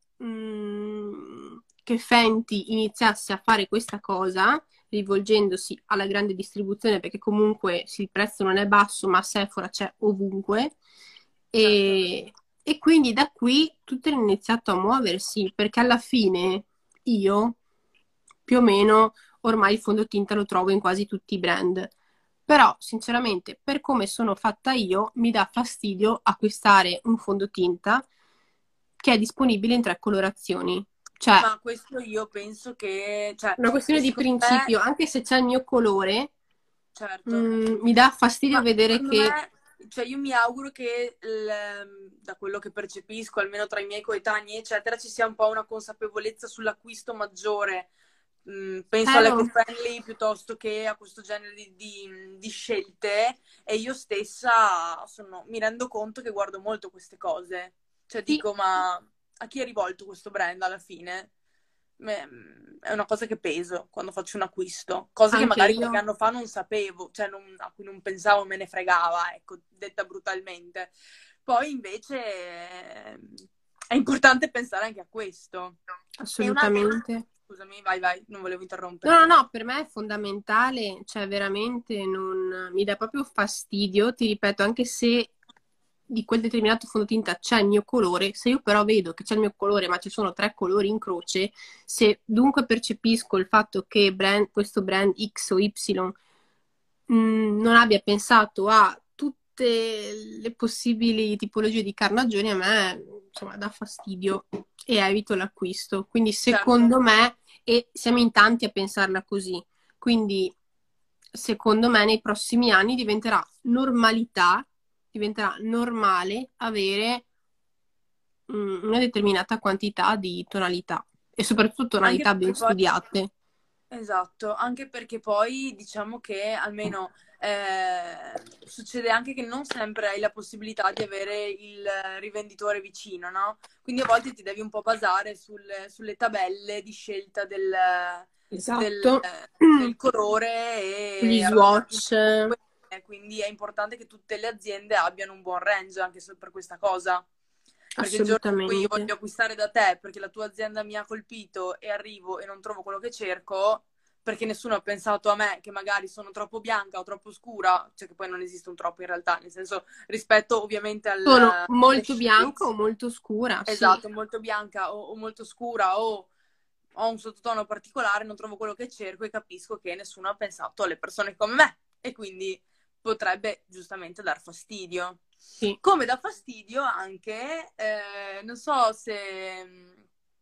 mh, che Fenty iniziasse a fare questa cosa, rivolgendosi alla grande distribuzione, perché comunque sì, il prezzo non è basso, ma Sephora c'è ovunque. Certamente. E, e quindi da qui tutto è iniziato a muoversi, perché alla fine io più o meno ormai il fondotinta lo trovo in quasi tutti i brand. Però, sinceramente, per come sono fatta io, mi dà fastidio acquistare un fondotinta che è disponibile in tre colorazioni. Cioè, Ma questo io penso che, cioè, una che questione di secondo me, principio, anche se c'è il mio colore, certo, mh, mi dà fastidio ma vedere secondo che me, cioè io mi auguro che il- da quello che percepisco, almeno tra i miei coetanei, eccetera, ci sia un po' una consapevolezza sull'acquisto maggiore. Mm, penso eh, no, all'eco-friendly piuttosto che a questo genere di, di- di scelte e io stessa sono- mi rendo conto che guardo molto queste cose. Cioè sì, dico, ma a chi è rivolto questo brand alla fine? Me- È una cosa che peso quando faccio un acquisto, cose che anche magari qualche io. anno fa non sapevo, cioè non- a cui non pensavo me ne fregava, ecco, detta brutalmente. Poi invece eh, è importante pensare anche a questo. E un'altra, Assolutamente. scusami, vai, vai, non volevo No, no, interromperti. no, per me è fondamentale, cioè veramente non mi dà proprio fastidio, ti ripeto, anche se di quel determinato fondotinta c'è il mio colore, se io però vedo che c'è il mio colore, ma ci sono tre colori in croce, se dunque percepisco il fatto che brand- questo brand X o Y mh, non abbia pensato a tutte le possibili tipologie di carnagioni, a me insomma dà fastidio e evito l'acquisto. Quindi Certo, secondo me, e siamo in tanti a pensarla così, quindi secondo me nei prossimi anni diventerà normalità, diventerà normale avere mh, una determinata quantità di tonalità e soprattutto anche tonalità ben perché poi studiate. esatto, anche perché poi diciamo che almeno eh, succede anche che non sempre hai la possibilità di avere il rivenditore vicino, no? Quindi a volte ti devi un po' basare sul- sulle tabelle di scelta del, del- Esatto. del colore Gli e swatch, comunque, eh, quindi è importante che tutte le aziende abbiano un buon range anche se- per questa cosa. Perché il giorno in cui io assolutamente. voglio acquistare da te perché la tua azienda mi ha colpito e arrivo e non trovo quello che cerco, perché nessuno ha pensato a me che magari sono troppo bianca o troppo scura, cioè che poi non esiste un troppo in realtà, nel senso rispetto ovviamente al, Sono alle molto bianca o shades, molto scura, sì. esatto, molto bianca o, o molto scura o ho un sottotono particolare, non trovo quello che cerco e capisco che nessuno ha pensato alle persone come me e quindi potrebbe giustamente dar fastidio. Sì. Come dà fastidio anche, eh, non so se,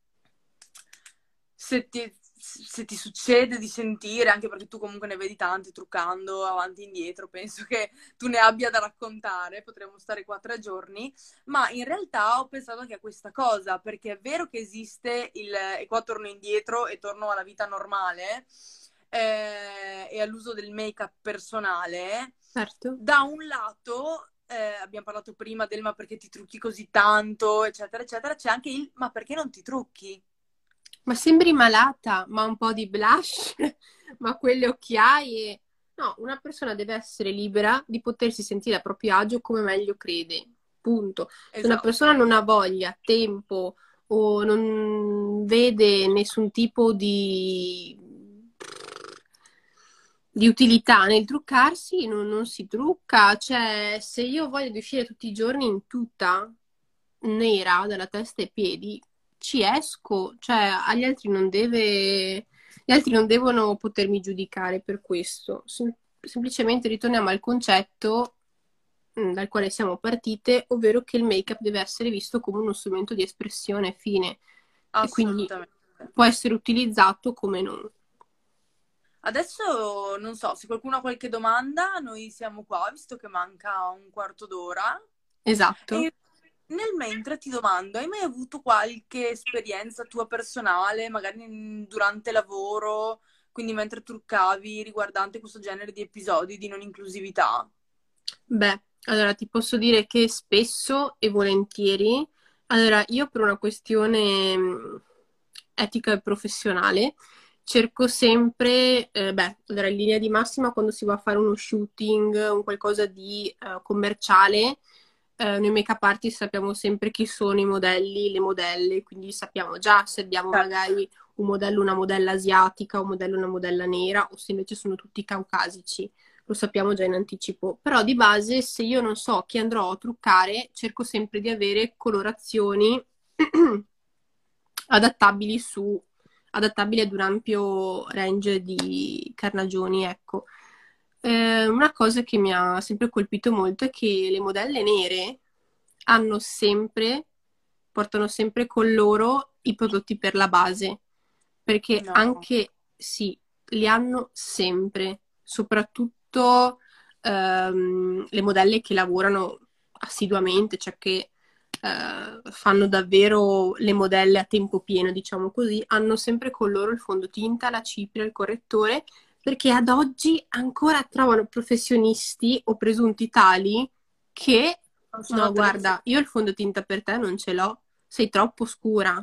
se ti, se ti succede di sentire, anche perché tu comunque ne vedi tanti truccando avanti e indietro, penso che tu ne abbia da raccontare, potremmo stare qua tre giorni, ma in realtà ho pensato anche a questa cosa, perché è vero che esiste il, e qua torno indietro e torno alla vita normale, eh, e all'uso del make-up personale, Certo. da un lato, eh, abbiamo parlato prima del ma perché ti trucchi così tanto, eccetera, eccetera, c'è anche il ma perché non ti trucchi? Ma sembri malata, ma un po' di blush, ma quelle occhiaie. No, una persona deve essere libera di potersi sentire a proprio agio come meglio crede. Punto. Se una persona Esatto. non ha voglia, tempo o non vede nessun tipo di, di utilità nel truccarsi, non, non si trucca. Cioè, se io voglio di uscire tutti i giorni in tuta nera dalla testa ai piedi, ci esco, cioè agli altri non deve, gli altri non devono potermi giudicare per questo. Sem- semplicemente ritorniamo al concetto mm, dal quale siamo partite, ovvero che il make-up deve essere visto come uno strumento di espressione fine e quindi Assolutamente. può essere utilizzato come non. Adesso non so se qualcuno ha qualche domanda, noi siamo qua, visto che manca un quarto d'ora. Esatto. E nel mentre ti domando, hai mai avuto qualche esperienza tua personale, magari in- durante lavoro, quindi mentre truccavi, riguardante questo genere di episodi di non inclusività? Beh, allora ti posso dire che spesso e volentieri, allora io per una questione mh, etica e professionale cerco sempre, eh, beh, allora in linea di massima quando si va a fare uno shooting, un qualcosa di eh, commerciale, eh, noi make-up artist sappiamo sempre chi sono i modelli, le modelle, quindi sappiamo già se abbiamo Certo. magari un modello, una modella asiatica, un modello, una modella nera, o se invece sono tutti caucasici lo sappiamo già in anticipo, però di base se io non so chi andrò a truccare, cerco sempre di avere colorazioni adattabili su adattabili ad un ampio range di carnagioni, ecco. Eh, una cosa che mi ha sempre colpito molto è che le modelle nere hanno sempre, portano sempre con loro i prodotti per la base, perché No. anche, sì, li hanno sempre, soprattutto ehm, le modelle che lavorano assiduamente, cioè che eh, fanno davvero le modelle a tempo pieno, diciamo così, hanno sempre con loro il fondotinta, la cipria, il correttore, perché ad oggi ancora trovano professionisti o presunti tali che, Non sono no, attrezzata. guarda, io il fondotinta per te non ce l'ho, sei troppo scura.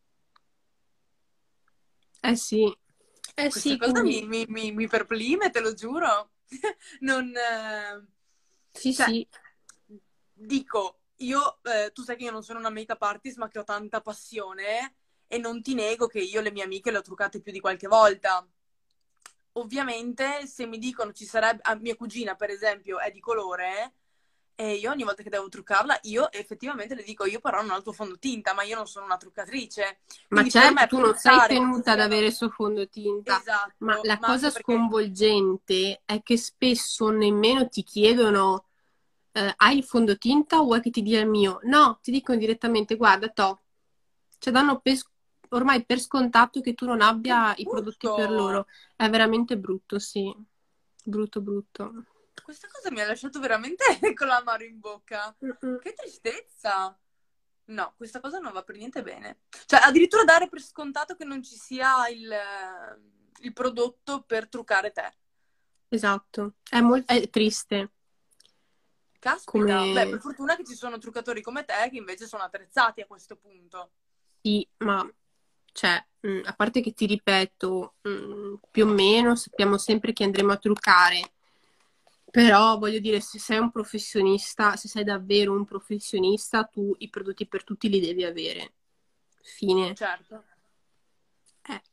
Eh sì, eh Questa sì, cosa quindi mi, mi, mi, mi perplime, te lo giuro. Non, eh, sì, cioè, sì, dico, io, eh, tu sai che io non sono una make-up artist, ma che ho tanta passione e non ti nego che io le mie amiche le ho truccate più di qualche volta. Ovviamente, se mi dicono ci sarebbe, ah, mia cugina per esempio è di colore, e io ogni volta che devo truccarla, io effettivamente le dico, io però non ho il tuo fondotinta, ma io non sono una truccatrice. ma Quindi per certo me tu non sei pensare che ci tenuta ad siano... avere il suo fondotinta, ma Esatto, la ma cosa anche perché sconvolgente è che spesso nemmeno ti chiedono eh, hai il fondotinta o vuoi che ti dia il mio? No, ti dicono direttamente guarda, to, cioè danno per, ormai per scontato che tu non che abbia i prodotti per brutto! loro. È veramente brutto, sì, brutto, brutto. Questa cosa mi ha lasciato veramente con l'amaro in bocca. Mm-mm. Che tristezza! No, questa cosa non va per niente bene. Cioè, addirittura dare per scontato che non ci sia il, eh, il prodotto per truccare te. Esatto, è, mol- è triste Caspita, beh, per come fortuna che ci sono truccatori come te che invece sono attrezzati a questo punto. sì, ma cioè, mh, a parte che ti ripeto, mh, più o meno sappiamo sempre che andremo a truccare, però voglio dire, se sei un professionista, se sei davvero un professionista, tu i prodotti per tutti li devi avere. Fine. Certo. Eh,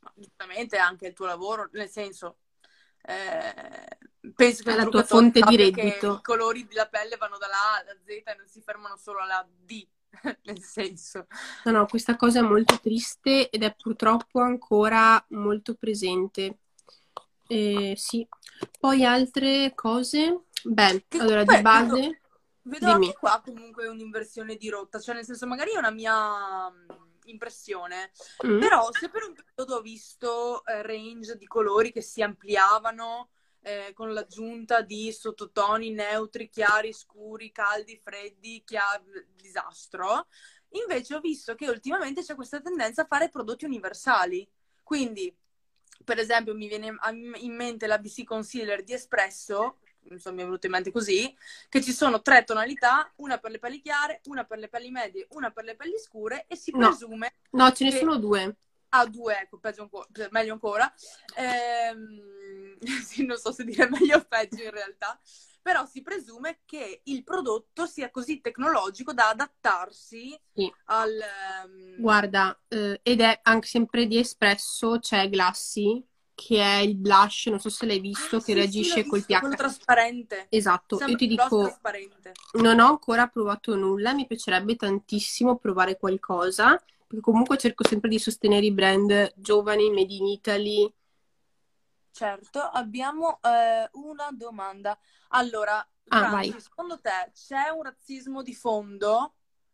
giustamente è anche il tuo lavoro, nel senso, eh, penso che È il la tua truccatore fonte di sappia che i reddito. colori della pelle vanno dalla A alla Z e non si fermano solo alla D, nel senso. No, no, questa cosa è molto triste ed è purtroppo ancora molto presente. Eh, sì. Poi altre cose? Beh, Che allora di comunque vedo, base, vedo dimmi. anche qua comunque un'inversione di rotta, cioè nel senso magari è una mia mh, impressione, Mm? però se per un periodo ho visto eh, range di colori che si ampliavano eh, con l'aggiunta di sottotoni neutri, chiari, scuri, caldi, freddi, chia- disastro, invece ho visto che ultimamente c'è questa tendenza a fare prodotti universali, quindi per esempio mi viene in mente la B C Concealer di Espresso, insomma mi è venuto in mente così, che ci sono tre tonalità, una per le pelli chiare, una per le pelli medie, una per le pelli scure e si No, presume no, ce ne che sono due. ha due, ecco, peggio ancora, meglio ancora. Ehm, sì, non so se dire meglio o peggio in realtà, però si presume che il prodotto sia così tecnologico da adattarsi Sì. al... um... Guarda, eh, ed è anche sempre di Espresso, c'è Glassy, che è il blush, non so se l'hai Ah, visto, che sì, sì, l'ho reagisce col visto, quello P H. trasparente. Esatto, io Sembra ti un gloss dico, trasparente. non ho ancora provato nulla, mi piacerebbe tantissimo provare qualcosa, perché comunque cerco sempre di sostenere i brand giovani, made in Italy. Certo, abbiamo eh, una domanda. Allora, Ah, vai. Franci, secondo te c'è un razzismo di fondo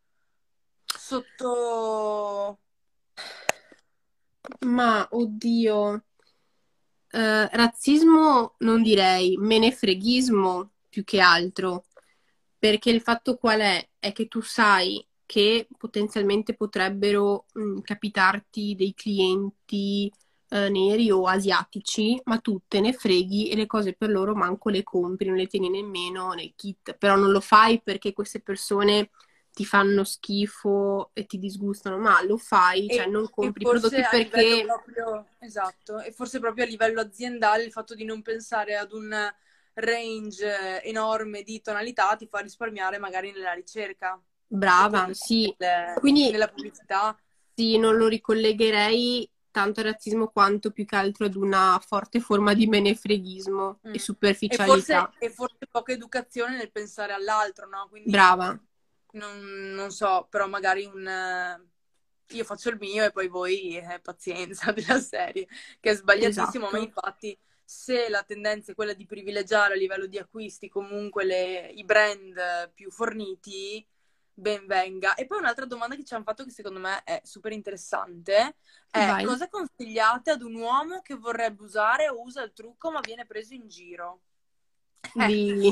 sotto... Ma, oddio, eh, razzismo non direi, menefreghismo più che altro, perché il fatto qual è? È che tu sai che potenzialmente potrebbero mh, capitarti dei clienti eh, neri o asiatici, ma tu te ne freghi e le cose per loro manco le compri, non le tieni nemmeno nel kit, però non lo fai perché queste persone ti fanno schifo e ti disgustano, ma lo fai, cioè E, non e compri i forse prodotti a livello perché proprio... Esatto, e forse proprio a livello aziendale il fatto di non pensare ad un range enorme di tonalità ti fa risparmiare magari nella ricerca e brava, quindi sì. nelle- Quindi nella pubblicità. sì, non lo ricollegherei tanto al razzismo quanto più che altro ad una forte forma di menefreghismo e Mm. E superficialità. forse, e forse poca educazione nel pensare all'altro, no? Quindi Brava, non, non so, però magari un... eh, io faccio il mio e poi voi, eh, pazienza della serie, che è sbagliatissimo, ma esatto. infatti se la tendenza è quella di privilegiare a livello di acquisti comunque le- i brand più forniti, ben venga. E poi un'altra domanda che ci hanno fatto che secondo me è super interessante è Vai. cosa consigliate ad un uomo che vorrebbe usare o usa il trucco ma viene preso in giro? Eh, Di,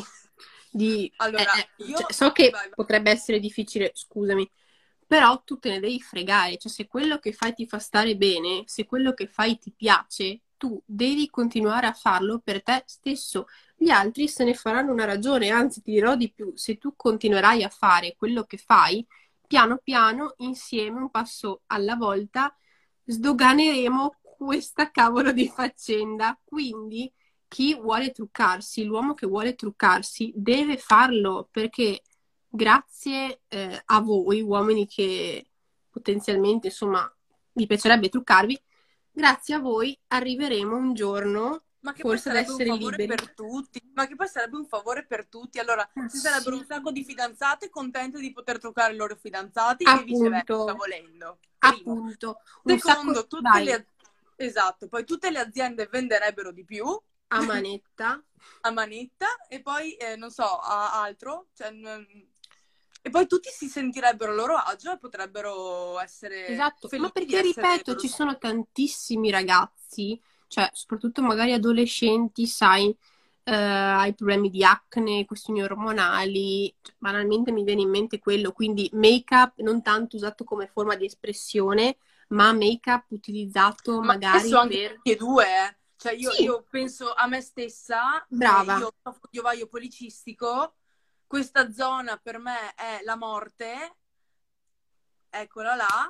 di- eh, allora, eh, io... cioè, so che Vai, vai. potrebbe essere difficile, scusami, però tu te ne devi fregare, cioè se quello che fai ti fa stare bene, se quello che fai ti piace, tu devi continuare a farlo per te stesso. Gli altri se ne faranno una ragione, anzi ti dirò di più, se tu continuerai a fare quello che fai, piano piano, insieme, un passo alla volta, sdoganeremo questa cavolo di faccenda. Quindi chi vuole truccarsi, l'uomo che vuole truccarsi, deve farlo perché grazie eh, a voi, uomini che potenzialmente, insomma, vi piacerebbe truccarvi, grazie a voi arriveremo un giorno Ma che poi forse ad sarebbe un essere favore liberi. per tutti, ma che poi sarebbe un favore per tutti. Allora, Ma ci sarebbero sì, un sacco di fidanzate contente di poter truccare i loro fidanzati e viceversa, appunto, volendo. Primo. appunto, un sacco, Secondo, tutte vai, le... Esatto, poi tutte le aziende venderebbero di più a manetta. a manetta e poi, eh, non so, a altro. Cioè, n- e poi tutti si sentirebbero a loro agio e potrebbero essere Esatto, ma felici di perché essere ripeto, loro ci stessi. sono tantissimi ragazzi, cioè soprattutto magari adolescenti, sai, eh, hai problemi di acne, questioni ormonali, cioè, banalmente mi viene in mente quello, quindi make-up non tanto usato come forma di espressione, ma make-up utilizzato Ma adesso magari anche per... tutti e due, eh. Cioè io, Sì, io penso a me stessa, eh, brava, io ho un ovaio policistico, questa zona per me è la morte, eccola là,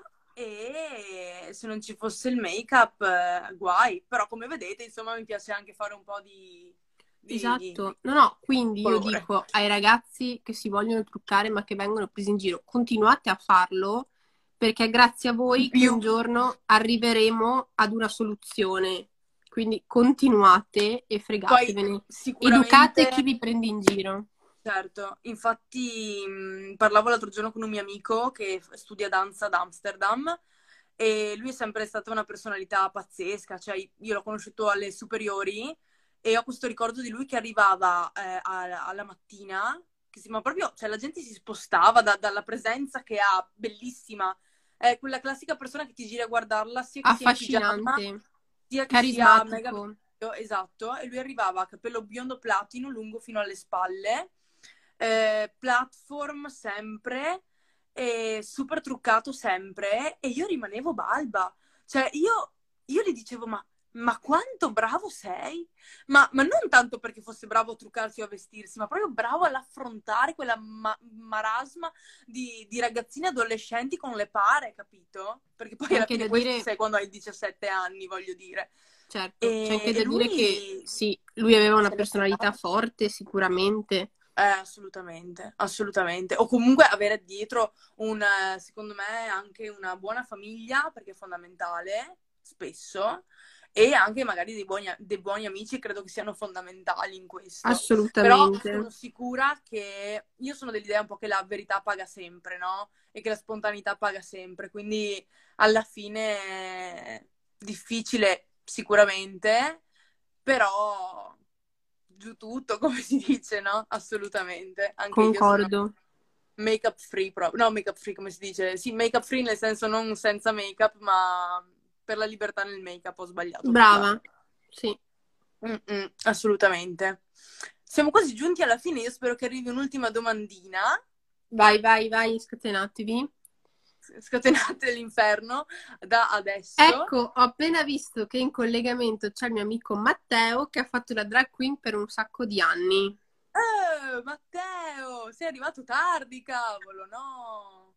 e se non ci fosse il make-up, eh, guai. Però come vedete, insomma, mi piace anche fare un po' di, di, di esatto. No, no, quindi io colore. dico ai ragazzi che si vogliono truccare ma che vengono presi in giro, continuate a farlo perché è grazie a voi In che un più, giorno arriveremo ad una soluzione. Quindi continuate e poi fregatevene. Educate chi sicuramente, vi prende in giro. certo, infatti mh, parlavo l'altro giorno con un mio amico che f- studia danza ad Amsterdam e lui è sempre stata una personalità pazzesca, cioè io l'ho conosciuto alle superiori e ho questo ricordo di lui che arrivava eh, a- alla mattina, che si, ma proprio, cioè la gente si spostava da- dalla presenza che ha, bellissima, è quella classica persona che ti giri a guardarla sia che sia in pigiama, Affascinante, sia che sia mega carismatico. vestito, esatto, e lui arrivava a capello biondo platino, lungo fino alle spalle, eh, platform sempre, e super truccato sempre, e io rimanevo balba. Cioè, io, io gli dicevo, ma, ma quanto bravo sei? Ma, ma non tanto perché fosse bravo a truccarsi o a vestirsi, ma proprio bravo all'affrontare quella ma- marasma di, di ragazzini adolescenti con le pare, capito? Perché poi C'è alla anche fine da questo dire, sei quando hai diciassette anni, voglio dire. certo, c'è E, anche e da dire che lui sì, lui aveva una se l'è personalità fregata. forte, sicuramente. Eh, assolutamente, assolutamente. O comunque avere dietro un, eh, secondo me, anche una buona famiglia, perché è fondamentale, spesso, e anche magari dei buoni, dei buoni amici, credo che siano fondamentali in questo. Però Assolutamente. sono sicura che io sono dell'idea un po' che la verità paga sempre, no? E che la spontaneità paga sempre. Quindi alla fine è difficile sicuramente, però giù tutto, come si dice, no? Assolutamente. Anche io sono Concordo. make-up free proprio. No, make-up free, come si dice? Sì, make-up free nel senso non senza make-up, ma per la libertà nel make-up ho sbagliato a Brava. parlarne. Sì. Mm-mm, assolutamente. Siamo quasi giunti alla fine, io spero che arrivi un'ultima domandina. Vai, vai, vai, scatenatevi. Scatenate l'inferno da adesso. Ecco, ho appena visto che in collegamento c'è il mio amico Matteo che ha fatto la drag queen per un sacco di anni. Eh, Matteo, sei arrivato tardi, cavolo, no.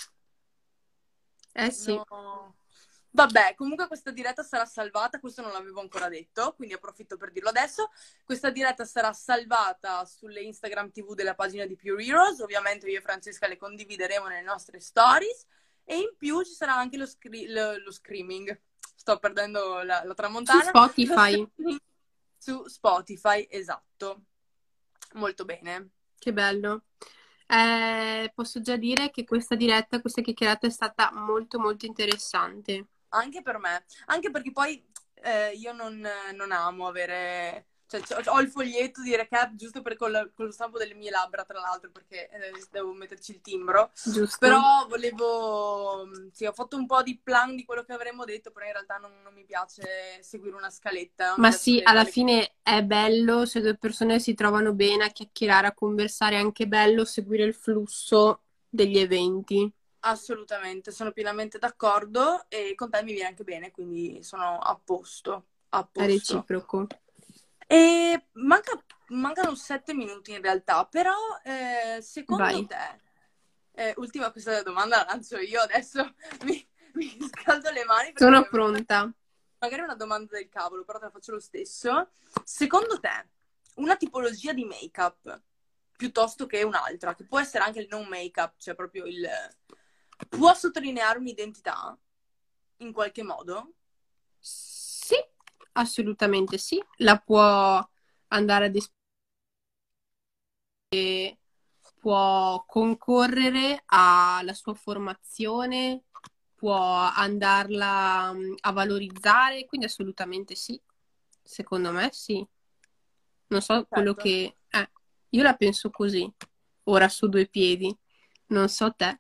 Eh sì, No. Vabbè, comunque questa diretta sarà salvata, questo non l'avevo ancora detto, quindi approfitto per dirlo adesso. Questa diretta sarà salvata sulle Instagram T V della pagina di Pure Heroes, ovviamente io e Francesca le condivideremo nelle nostre stories e in più ci sarà anche lo, scri- lo, lo screaming, sto perdendo la, la su tramontana, lo Spotify. streaming su Spotify, esatto. Molto bene. Che bello. Eh, posso già dire che questa diretta, questa chiacchierata è stata molto molto interessante. Anche per me, anche perché poi eh, io non, non amo avere, cioè c'ho- ho il foglietto di recap giusto per col, con lo stampo delle mie labbra, tra l'altro, perché eh, devo metterci il timbro, Giusto? però volevo, sì, ho fatto un po' di plan di quello che avremmo detto, però in realtà non, non mi piace seguire una scaletta, no? Mi Ma piace sì, tenere alla le... fine è bello se due persone si trovano bene a chiacchierare, a conversare, è anche bello seguire il flusso degli eventi. Assolutamente, sono pienamente d'accordo e con te mi viene anche bene, quindi sono a posto, a È posto. reciproco. E manca- mancano sette minuti in realtà, però eh, secondo Vai. te, eh, ultima questa domanda la lancio io, adesso mi, mi scaldo le mani perché mi Sono è venuta pronta. magari una domanda del cavolo, però te la faccio lo stesso. Secondo te, una tipologia di make-up piuttosto che un'altra, che può essere anche il non make-up, cioè proprio il... può sottolineare un'identità in qualche modo? Sì, assolutamente sì. La può andare ad esprimere, può concorrere alla sua formazione, può andarla mm, a valorizzare, quindi assolutamente sì. Secondo me sì. Non so quello Certo. che... Eh, io la penso così, ora su due piedi. Non so te.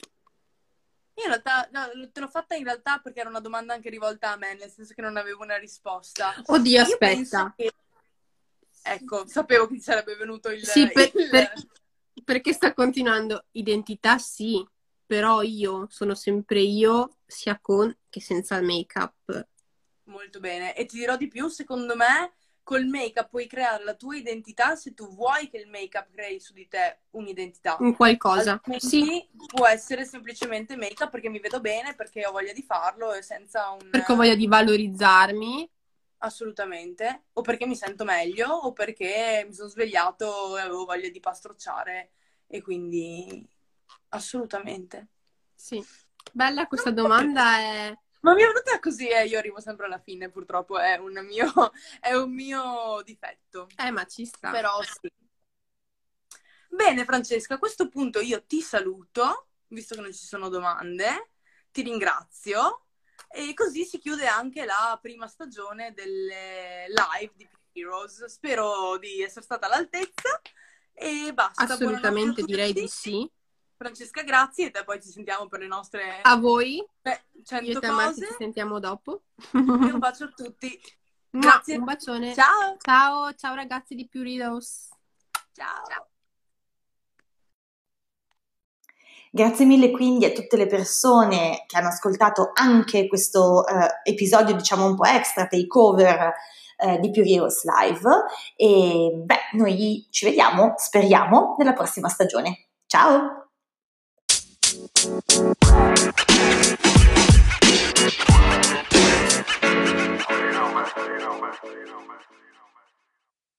Io in realtà, no, te l'ho fatta in realtà perché era una domanda anche rivolta a me, nel senso che non avevo una risposta. Oddio, Io penso aspetta. che, ecco, sapevo che ti sarebbe venuto il, Sì, per- per- il... perché sta continuando. Identità sì, però io sono sempre io, sia con che senza il make-up. Molto bene. E ti dirò di più, secondo me, col make-up puoi creare la tua identità se tu vuoi che il make-up crei su di te un'identità. Un qualcosa. Sì, Altrimenti può essere semplicemente make-up perché mi vedo bene, perché ho voglia di farlo e senza un... perché ho voglia di valorizzarmi. Assolutamente, o perché mi sento meglio, o perché mi sono svegliato e avevo voglia di pastrocciare, e quindi assolutamente. Sì. Bella questa domanda è... Ma mi è venuta così e io arrivo sempre alla fine, purtroppo è un mio, è un mio difetto. Eh, ma ci sta. Però sì. Bene, Francesca, a questo punto io ti saluto, visto che non ci sono domande, ti ringrazio e così si chiude anche la prima stagione delle live di Heroes. Spero di essere stata all'altezza e basta. Assolutamente, Buonanotte a direi tutti. di sì. Francesca, grazie e poi ci sentiamo per le nostre A voi, beh, io cento e te Marti cose. ci sentiamo dopo. E un bacio a tutti. Mua, Grazie. un bacione. Ciao. Ciao, ciao ragazzi di Puridos. Ciao. Ciao. Grazie mille quindi a tutte le persone che hanno ascoltato anche questo eh, episodio, diciamo un po' extra, takeover eh, di Pure Heroes Live e beh, noi ci vediamo, speriamo, nella prossima stagione. Ciao! You know, man. You know, man. You know, man.